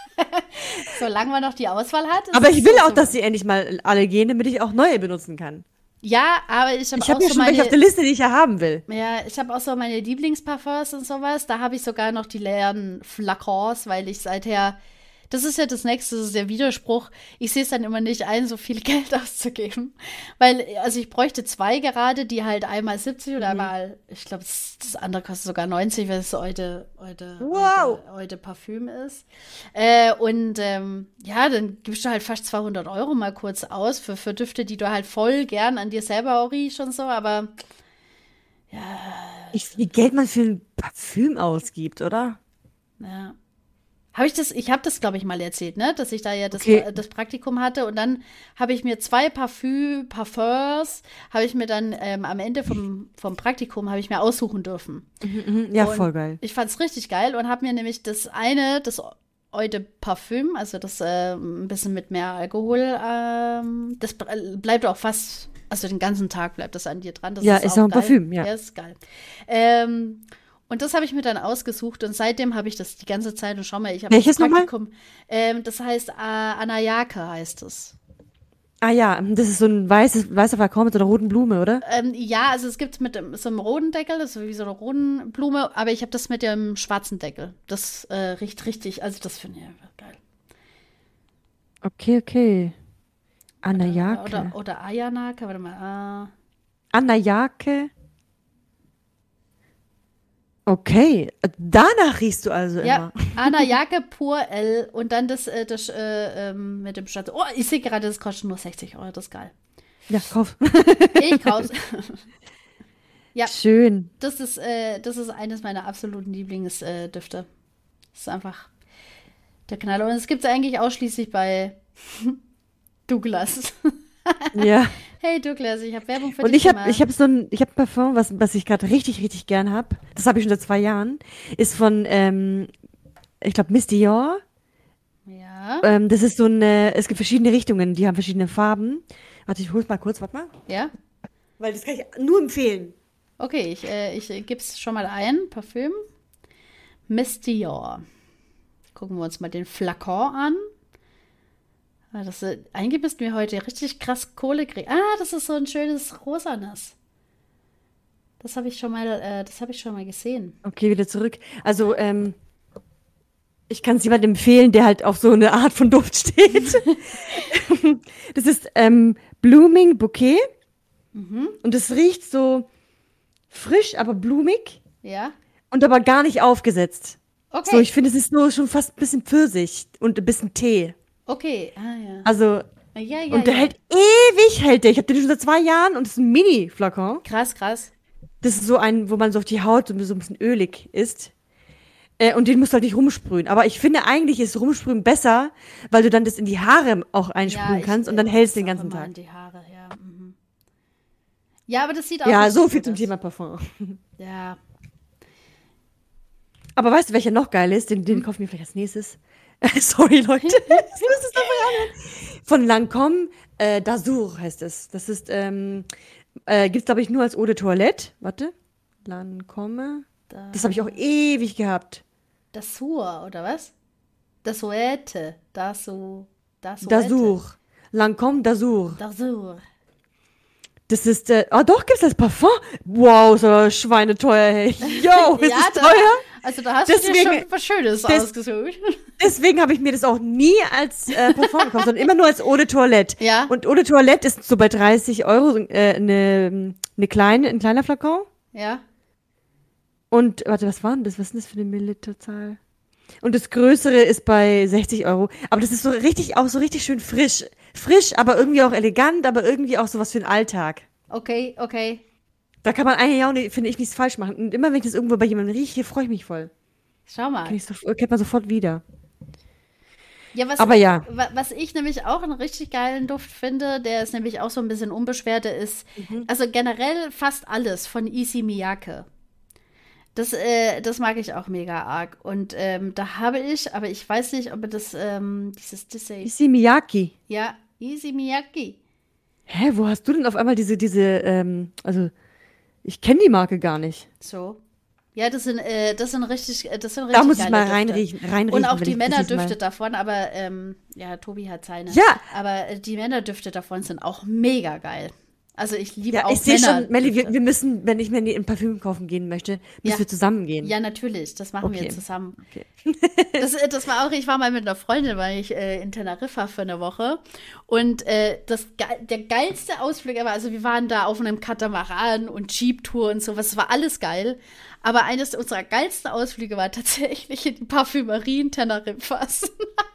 Solange man noch die Auswahl hat. ist Aber es ich will so- auch, so- dass sie endlich mal alle gehen, damit ich auch neue benutzen kann. Ja, aber ich habe Ich auch habe ja so schon welche meine. auf der Liste, die ich ja haben will. Ja, ich habe auch so meine Lieblingsparfums und sowas. Da habe ich sogar noch die leeren Flakons, weil ich seither. Das ist ja das Nächste, das ist der Widerspruch. Ich sehe es dann immer nicht ein, so viel Geld auszugeben. Weil, also ich bräuchte zwei gerade, die halt einmal siebzig oder einmal, ich glaube, das, das andere kostet sogar neunzig, weil es heute, heute, Wow. heute, heute Parfüm ist. Äh, und ähm, ja, dann gibst du halt fast zweihundert Euro mal kurz aus für, für Düfte, die du halt voll gern an dir selber auch riechst und so, aber Wie viel Geld man für ein Parfüm ausgibt, oder? ja. Habe ich das, ich habe das, glaube ich, mal erzählt, ne? Dass ich da ja das, Okay. das Praktikum hatte und dann habe ich mir zwei Parfüm, Parfums, habe ich mir dann ähm, am Ende vom, vom Praktikum habe ich mir aussuchen dürfen. Mhm, ja, Und voll geil. Ich fand es richtig geil und habe mir nämlich das eine, das Eau de Parfüm, also das äh, ein bisschen mit mehr Alkohol, ähm, das ble- bleibt auch fast, also den ganzen Tag bleibt das an dir dran. Das Ja, ist ist auch auch ein geil. Parfüm, ja. Ja, ist geil. Ähm, und das habe ich mir dann ausgesucht und seitdem habe ich das die ganze Zeit und schau mal, ich habe Welches das nochmal? Praktikum. Ähm, das heißt äh, Anayake heißt es. Ah ja, das ist so ein weißes, weißer Flakon mit so einer roten Blume, oder? Ähm, ja, also es gibt mit dem- so einem roten Deckel, das ist wie so eine roten Blume, aber ich habe das mit dem schwarzen Deckel. Das äh, riecht richtig, also das finde ich einfach geil. Okay, okay. Oder, Anayake. oder Ayanake, warte mal. Äh, Anayake. Okay, danach riechst du also ja, immer. Anayake Pur L und dann das, äh, das äh, ähm, mit dem Schatz. Oh, ich sehe gerade, das kostet nur sechzig Euro, das ist geil. Ja, kauf. Ich kauf's. Ja. Schön. Das ist, äh, das ist eines meiner absoluten Lieblingsdüfte. Äh, Düfte. Das ist einfach der Knaller. Und es gibt es eigentlich ausschließlich bei Douglas. Ja. Hey Douglas, ich habe Werbung für Und dich ich habe gemacht. ich hab so ein, ich habe ein Parfum, was, was ich gerade richtig, richtig gern habe. Das habe ich schon seit zwei Jahren. Ist von, ähm, ich glaube, Miss Dior. Ja, Ähm, das ist so eine, es gibt verschiedene Richtungen, die haben verschiedene Farben. Warte, ich hol's mal kurz, warte mal. ja. Weil das kann ich nur empfehlen. Okay, ich, äh, ich äh, gebe es schon mal ein. Parfüm. Miss Dior. Gucken wir uns mal den Flakon an. Ah, Das, äh, eigentlich müssten wir heute richtig krass Kohle kriegen. Ah, das ist so ein schönes Rosanes. Das habe ich schon mal, äh, das habe ich schon mal gesehen. Okay, wieder zurück. Also, ähm, Ich kann es jemandem empfehlen, der halt auf so eine Art von Duft steht. Das ist ähm, Blooming Bouquet. Mhm. Und es riecht so frisch, aber blumig. Ja. Und aber gar nicht aufgesetzt. Okay. So, ich finde, es ist nur schon fast ein bisschen Pfirsich und ein bisschen Tee. Okay, ah ja. Also, ja, ja, und der ja. hält ewig, hält der. Ich habe den schon seit zwei Jahren und es ist ein Mini-Flakon. Krass, krass. Das ist so ein, wo man so auf die Haut so ein bisschen ölig ist. Äh, und den musst du halt nicht rumsprühen. Aber ich finde, eigentlich ist Rumsprühen besser, weil du dann das in die Haare auch einsprühen ja, ich, kannst und dann hältst du den ganzen immer Tag. In die Haare, ja. Mhm. Ja, aber das sieht auch Ja, so viel gut zum aus. Thema Parfum. Ja. Aber weißt du, welcher noch geil ist? Den, den kaufen wir vielleicht als nächstes. Sorry, Leute. Ich muss es nochmal anhören. Von Lancôme äh, d'Azur heißt es. Das ist, ähm, äh, gibt's, glaube ich, nur als Eau de Toilette. Warte. Lancôme. Da, Das habe ich auch ewig gehabt. Das Sur, oder was? Das Suete. Das so. Das d'Azur. Lancôme d'Azur. d'Azur. Das ist, äh, ah doch, gibt's als Parfum? Wow, ist aber schweineteuer, hey. Yo, ist Ja, es da- teuer? Also da hast Deswegen- du dir schon was Schönes des- ausgesucht. Deswegen habe ich mir das auch nie als äh, Parfum gekauft, sondern immer nur als Eau de Toilette. Ja. Und Eau de Toilette ist so bei dreißig Euro so, äh, eine, eine kleine, ein kleiner Flakon. Ja. Und, warte, was war denn das? Was ist denn das für eine Milliliterzahl? Und das größere ist bei sechzig Euro. Aber das ist so richtig, auch so richtig schön frisch. Frisch, aber irgendwie auch elegant, aber irgendwie auch so was für den Alltag. Okay, okay. Da kann man eigentlich auch, nicht, finde ich, nichts falsch machen. Und immer wenn ich das irgendwo bei jemandem rieche, freue ich mich voll. Schau mal. Kenn ich so, kennt man sofort wieder. Ja, was, Aber ja. wa- was ich nämlich auch einen richtig geilen Duft finde, der ist nämlich auch so ein bisschen unbeschwert, der ist, Mhm. also generell fast alles von Issey Miyake. Das, äh, das mag ich auch mega arg. Und ähm, da habe ich, aber ich weiß nicht, ob das, ähm, dieses Disney, Issey Miyake. ja, Issey Miyake. Hä, wo hast du denn auf einmal diese, diese, ähm, also, ich kenne die Marke gar nicht. So. Ja, das sind, äh, das sind richtig, äh, das sind richtig Da muss ich geile mal Düfte. reinriechen, reinriechen. Und auch wenn die ich das nächste Männerdüfte Mal- davon, aber ähm, ja, Tobi hat seine. Ja. Aber äh, die Männerdüfte davon sind auch mega geil. Also ich liebe Ja, auch ich sehe schon, Männerdüfte. Melli, wir, wir müssen, wenn ich mir ein Parfüm kaufen gehen möchte, müssen Ja. wir zusammen gehen. Ja, natürlich, das machen wir Okay. zusammen. Okay. Das, äh, das war auch, ich war mal mit einer Freundin, weil ich äh, in Teneriffa für eine Woche. Und äh, das, ge- der geilste Ausflug ever, also wir waren da auf einem Katamaran und Jeep-Tour und sowas, es war alles geil. Aber eines unserer geilsten Ausflüge war tatsächlich in die Parfümerien Teneriffas.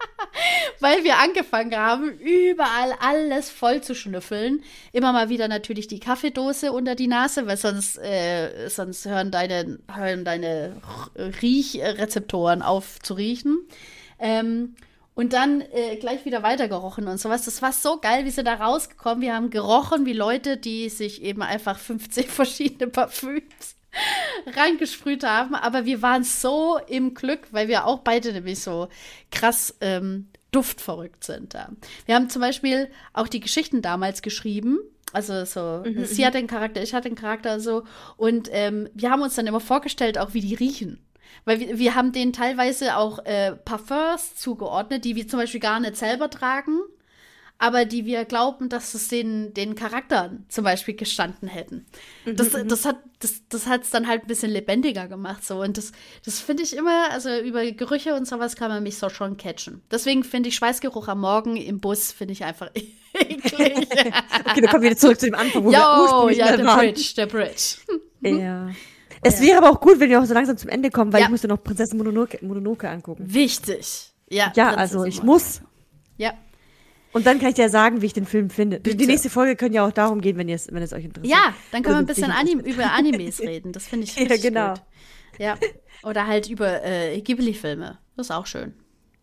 Weil wir angefangen haben, überall alles voll zu schnüffeln. Immer mal wieder natürlich die Kaffeedose unter die Nase, weil sonst, äh, sonst hören deine, hören deine Riechrezeptoren auf zu riechen. Ähm, und dann äh, gleich wieder weitergerochen und sowas. Das war so geil, wie sie da rausgekommen. Wir haben gerochen wie Leute, die sich eben einfach fünfzehn verschiedene Parfüms reingesprüht haben, aber wir waren so im Glück, weil wir auch beide nämlich so krass ähm, duftverrückt sind. Ja. Wir haben zum Beispiel auch die Geschichten damals geschrieben, also so, Mhm, sie hat den Charakter, ich hatte den Charakter so und ähm, wir haben uns dann immer vorgestellt, auch wie die riechen. Weil wir, wir haben denen teilweise auch äh, Parfums zugeordnet, die wir zum Beispiel gar nicht selber tragen, aber die wir glauben, dass es den, den Charakteren zum Beispiel gestanden hätten. Das, das hat das, das hat's dann halt ein bisschen lebendiger gemacht. So. Und das, das finde ich immer, also über Gerüche und sowas kann man mich so schon catchen. Deswegen finde ich Schweißgeruch am Morgen im Bus, finde ich einfach eklig. Okay, dann kommen wir wieder zurück zu dem Anfang, wo wir Jo, ursprünglich ja, mal der waren. Bridge, der Bridge. Ja. Es wäre aber auch gut, wenn wir auch so langsam zum Ende kommen, weil Ja. ich musste noch Prinzessin Mononoke, Mononoke angucken. Wichtig. Ja, Ja, Prinzessin also ich Mononoke. muss. Ja. Und dann kann ich dir sagen, wie ich den Film finde. Die Bitte. nächste Folge können ja auch darum gehen, wenn, ihr es, wenn es euch interessiert. Ja, dann können wir ein Also, bisschen sicher. Anim über Animes reden. Das finde ich Ja, richtig genau. gut. Ja, oder halt über äh, Ghibli-Filme. Das ist auch schön.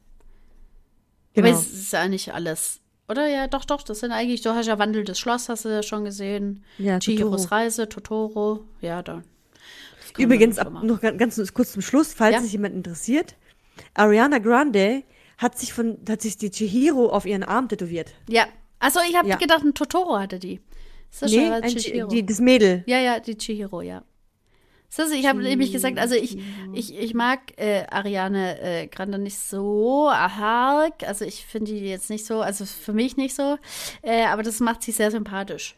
Genau. Aber es ist ja nicht alles. Oder ja, doch, doch, das sind eigentlich, du hast ja Wandelndes Schloss, hast du ja schon gesehen. Ja, Chihiros Totoro. Reise, Totoro. Ja, dann. das können wir Übrigens, schon ab, machen. noch ganz, ganz kurz zum Schluss, falls Ja. sich jemand interessiert. Ariana Grande hat sich von, hat sich die Chihiro auf ihren Arm tätowiert. Ja. Achso, ich habe Ja. gedacht, ein Totoro hatte die. Ist das Nee, schon ein, Chi- Chihiro? die, das Mädel. Ja, ja, die Chihiro, ja. Siehst du, ich habe nämlich gesagt, also ich, ich, ich mag äh, Ariane äh, Grande nicht so arg. Also ich finde die jetzt nicht so, also für mich nicht so. Äh, aber das macht sie sehr sympathisch.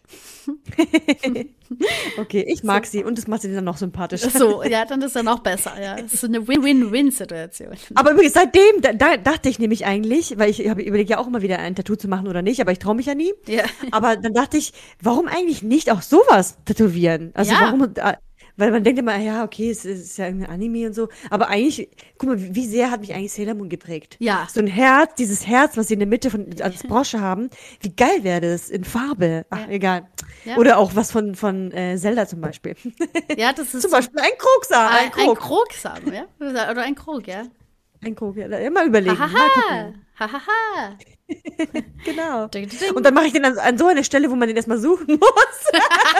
Okay, ich mag so. sie und das macht sie dann noch sympathisch. So, ja, dann ist er noch besser, ja. Das ist eine Win-Win-Win-Situation. Aber übrigens, seitdem, da, da dachte ich nämlich eigentlich, weil ich überlege ja auch immer wieder ein Tattoo zu machen oder nicht, aber ich traue mich ja nie. Ja. Aber dann dachte ich, warum eigentlich nicht auch sowas tätowieren? Also ja. warum, weil man denkt immer, ja, okay, es ist ja irgendwie Anime und so, aber eigentlich, guck mal, wie sehr hat mich eigentlich Sailor Moon geprägt? Ja. So ein Herz, dieses Herz, was sie in der Mitte von, als Brosche haben, wie geil wäre das in Farbe? Ach, ja. egal. Ja. Oder auch was von, von äh, Zelda zum Beispiel. Ja, das ist zum Beispiel ein Krogsam. Ein, ein Krog. Ein Krogsam, ja? Oder ein Krog, ja. Ein Krog, ja. Immer überlegen. Ha, ha, mal gucken. Ha, ha, ha. Genau. Ding, ding. Und dann mache ich den an, an so eine Stelle, wo man den erstmal suchen muss.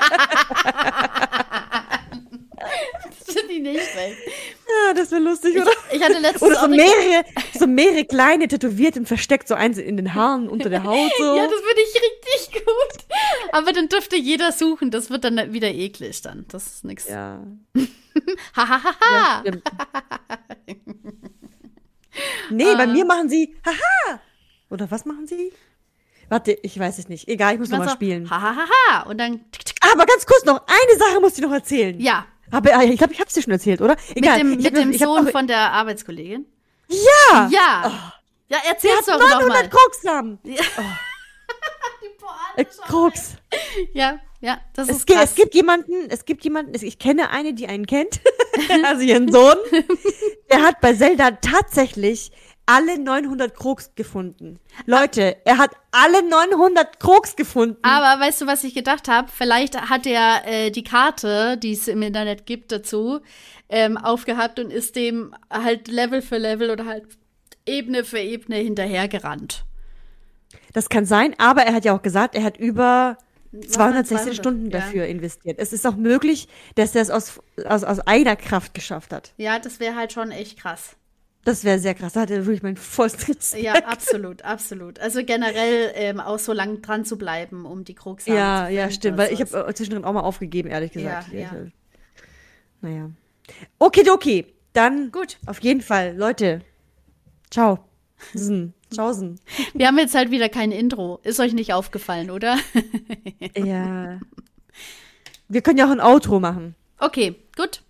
Das finde ich nicht schlecht. Ja, das wäre lustig, oder? Ich, ich hatte letztens oder so mehrere, so mehrere kleine tätowiert und versteckt, so eins in den Haaren, unter der Haut, so. Ja, das finde ich richtig gut. Aber dann dürfte jeder suchen. Das wird dann wieder eklig dann. Das ist nix. Ja. Hahaha. Ja, nee, uh. bei mir machen sie haha. Oder was machen sie? Warte, ich weiß es nicht. Egal, ich muss nochmal spielen. Hahaha. Und dann. Aber ganz kurz noch, eine Sache muss ich noch erzählen. Ja. Aber ich glaube, ich habe es dir schon erzählt, oder? Egal. Mit dem, mit hab, dem Sohn von der Arbeitskollegin? Ja! Ja! Oh. Ja, erzähl's doch nochmal. neunhundert Krogsam. Ja. Oh. Die äh, Krogs. Ja, ja, das es ist gibt, krass. Es gibt jemanden, es gibt jemanden, ich kenne eine, die einen kennt, also ihren Sohn, der hat bei Zelda tatsächlich alle neunhundert Krogs gefunden. Leute, er hat alle neunhundert Krogs gefunden. Aber weißt du, was ich gedacht habe? Vielleicht hat er äh, die Karte, die es im Internet gibt dazu, ähm, aufgehabt und ist dem halt Level für Level oder halt Ebene für Ebene hinterhergerannt. Das kann sein, aber er hat ja auch gesagt, er hat über zweihundertsechzehn zweihundert, Stunden ja. dafür investiert. Es ist auch möglich, dass er es aus, aus, aus eigener Kraft geschafft hat. Ja, das wäre halt schon echt krass. Das wäre sehr krass. Da hat er wirklich meinen vollsten Respekt. Ja, absolut, absolut. Also generell ähm, auch so lange dran zu bleiben, um die Krogsam ja, zu finden. Ja, stimmt, weil ich habe zwischendrin auch mal aufgegeben, ehrlich gesagt. Ja, ja. Naja. Okidoki, dann gut. Auf jeden Fall, Leute. Ciao. Zen. Tschaußen. Wir haben jetzt halt wieder kein Intro. Ist euch nicht aufgefallen, oder? Ja. Wir können ja auch ein Outro machen. Okay, gut.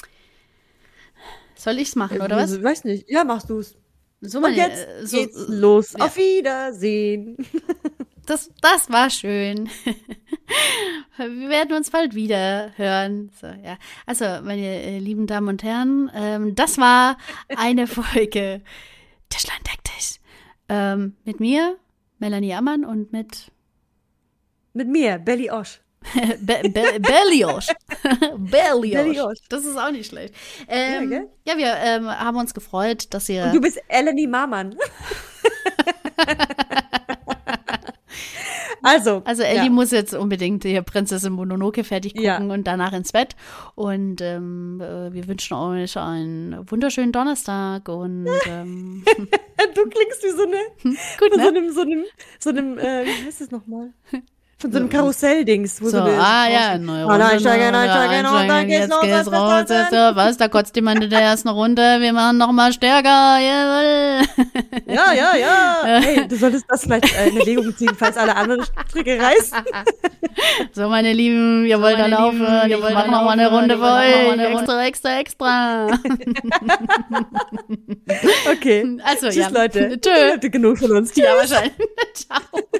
Soll ich's machen, oder was? Ich weiß nicht. Ja, machst du's. So, Und meine, jetzt äh, so, geht's los. Ja. Auf Wiedersehen. Das, das war schön. Wir werden uns bald wieder hören. So, ja. Also, meine äh, lieben Damen und Herren, ähm, das war eine Folge Tischlein deck dich. Ähm, mit mir, Melanie Ammann, und mit Mit mir, Belly Osh. Be Be Beliosh. Beliosh. Beliosh. Das ist auch nicht schlecht. Ähm, ja, gell? ja, wir ähm, haben uns gefreut, dass ihr. Und du bist Eleni Mamann. Also, also Ellie ja. muss jetzt unbedingt hier Prinzessin Mononoke fertig gucken Ja. und danach ins Bett. Und ähm, äh, wir wünschen euch einen wunderschönen Donnerstag und ähm, Du klingst wie so eine, gut, von ne? so einem, so einem, so einem, äh, wie heißt das nochmal? Von so einem Karussell-Dings. Wo So, so eine, ah ja, neue Runde, Nein, einsteigen, neue einsteigen, und dann geht's jetzt los, geht's was raus, ist das jetzt, denn? äh, was, da kotzt jemand in der ersten Runde, wir machen noch mal stärker, jawohl. Ja, ja, ja. Hey, du solltest das vielleicht äh, in Erwägung ziehen, falls alle anderen Stricke reißen. So, meine Lieben, wir So, wollen meine dann Lieben, aufhören, wir ich wollen mach dann noch mal eine aufhören, Runde wir für wollen noch mal euch, eine extra, extra, extra. Okay. Also, Tschüss, ja. Leute. Tschö. Leute, genug von uns. Ja, wahrscheinlich. Ciao.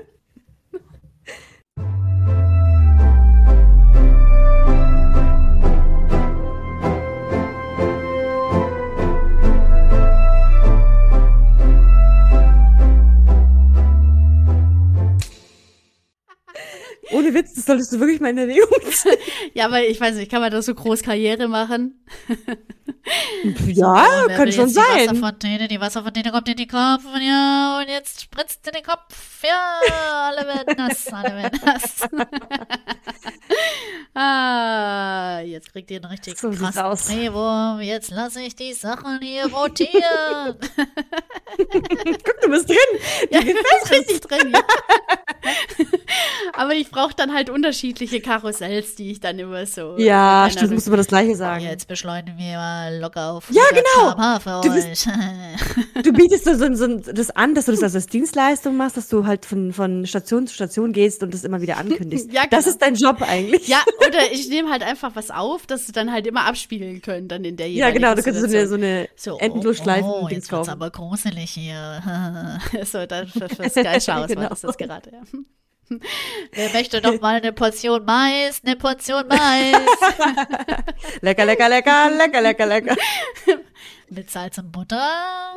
Ohne Witz, das solltest du wirklich mal in Erwägung ziehen. Ja, aber ich weiß nicht, kann man da so groß Karriere machen? Ja, So, wer kann will schon jetzt Die sein. Wasserfontäne, die Wasserfontäne kommt in den Kopf, und ja, und jetzt spritzt in den Kopf. Ja, alle werden nass, alle werden nass. Ah, jetzt kriegt ihr einen richtig So sieht's krassen aus. Drehwurm. Jetzt lasse ich die Sachen hier rotieren. Guck, du bist drin. Ja, du bist richtig drin, ja. Aber aber ich brauche dann halt unterschiedliche Karussells, die ich dann immer so. Ja, stimmt, musst du mal das Gleiche sagen. Jetzt beschleunigen wir mal locker auf. Ja, genau. Für Du, euch. bist, du bietest so, so, so das an, dass du das als, als Dienstleistung machst, dass du halt von, von Station zu Station gehst und das immer wieder ankündigst. Ja, genau. Das ist dein Job eigentlich. Ja, oder ich nehme halt einfach was auf, dass sie dann halt immer abspielen können, dann in der Ja, jeweiligen genau, du kannst so eine, so Situation. eine So, endlos schleifen Oh, Dings jetzt wird's kaufen. aber gruselig hier. So, dann für, für Sky Shows Genau. war das das gerade, ja. Wer möchte noch mal eine Portion Mais? Eine Portion Mais. Lecker, lecker, lecker, lecker, lecker, lecker. Mit Salz und Butter.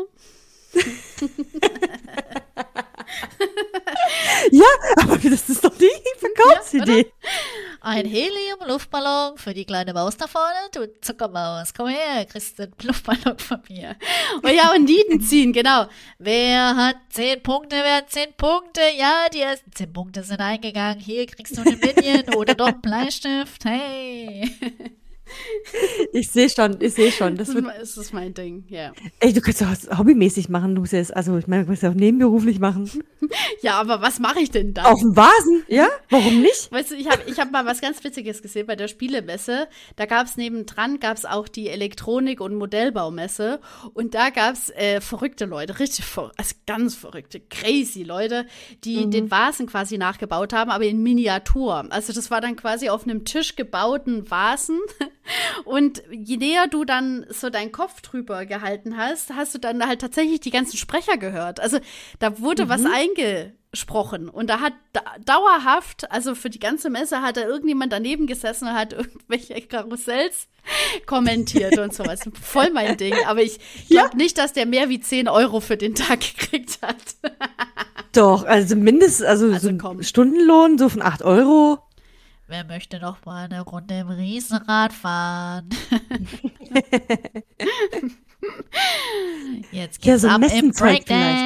Ja, aber das ist doch die Verkaufsidee. Ein Helium-Luftballon für die kleine Maus da vorne. Du Zuckermaus, komm her, kriegst einen Luftballon von mir. Oh ja, und Nieten ziehen, genau. Wer hat zehn Punkte, wer hat zehn Punkte? Ja, die ersten zehn Punkte sind eingegangen. Hier kriegst du eine Minion oder doch einen Bleistift. Hey. Ich sehe schon, ich sehe schon. Das Das wird, ist, das ist mein Ding, ja. ey, du kannst doch was hobbymäßig machen, du musst ja, also ich meine, du kannst ja auch nebenberuflich machen. Ja, aber was mache ich denn dann? Auf dem Vasen, ja? Warum nicht? Weißt du, ich habe ich hab mal was ganz Witziges gesehen bei der Spielemesse. Da gab es nebendran gab's auch die Elektronik- und Modellbaumesse. Und da gab es äh, verrückte Leute, richtig ver also ganz verrückte, crazy Leute, die Mhm. den Vasen quasi nachgebaut haben, aber in Miniatur. Also das war dann quasi auf einem Tisch gebauten Vasen. Und je näher du dann so deinen Kopf drüber gehalten hast, hast du dann halt tatsächlich die ganzen Sprecher gehört. Also da wurde Mhm. was eingesprochen. Und da hat da, dauerhaft, also für die ganze Messe, hat da irgendjemand daneben gesessen und hat irgendwelche Karussells kommentiert und sowas. Voll mein Ding. Aber ich glaube nicht, dass der mehr wie zehn Euro für den Tag gekriegt hat. Doch, also mindestens, also, Also so ein komm. Stundenlohn, so von acht Euro. Wer möchte noch mal eine Runde im Riesenrad fahren? Jetzt Ja, geht's so ab im Messenzeug Breakdance.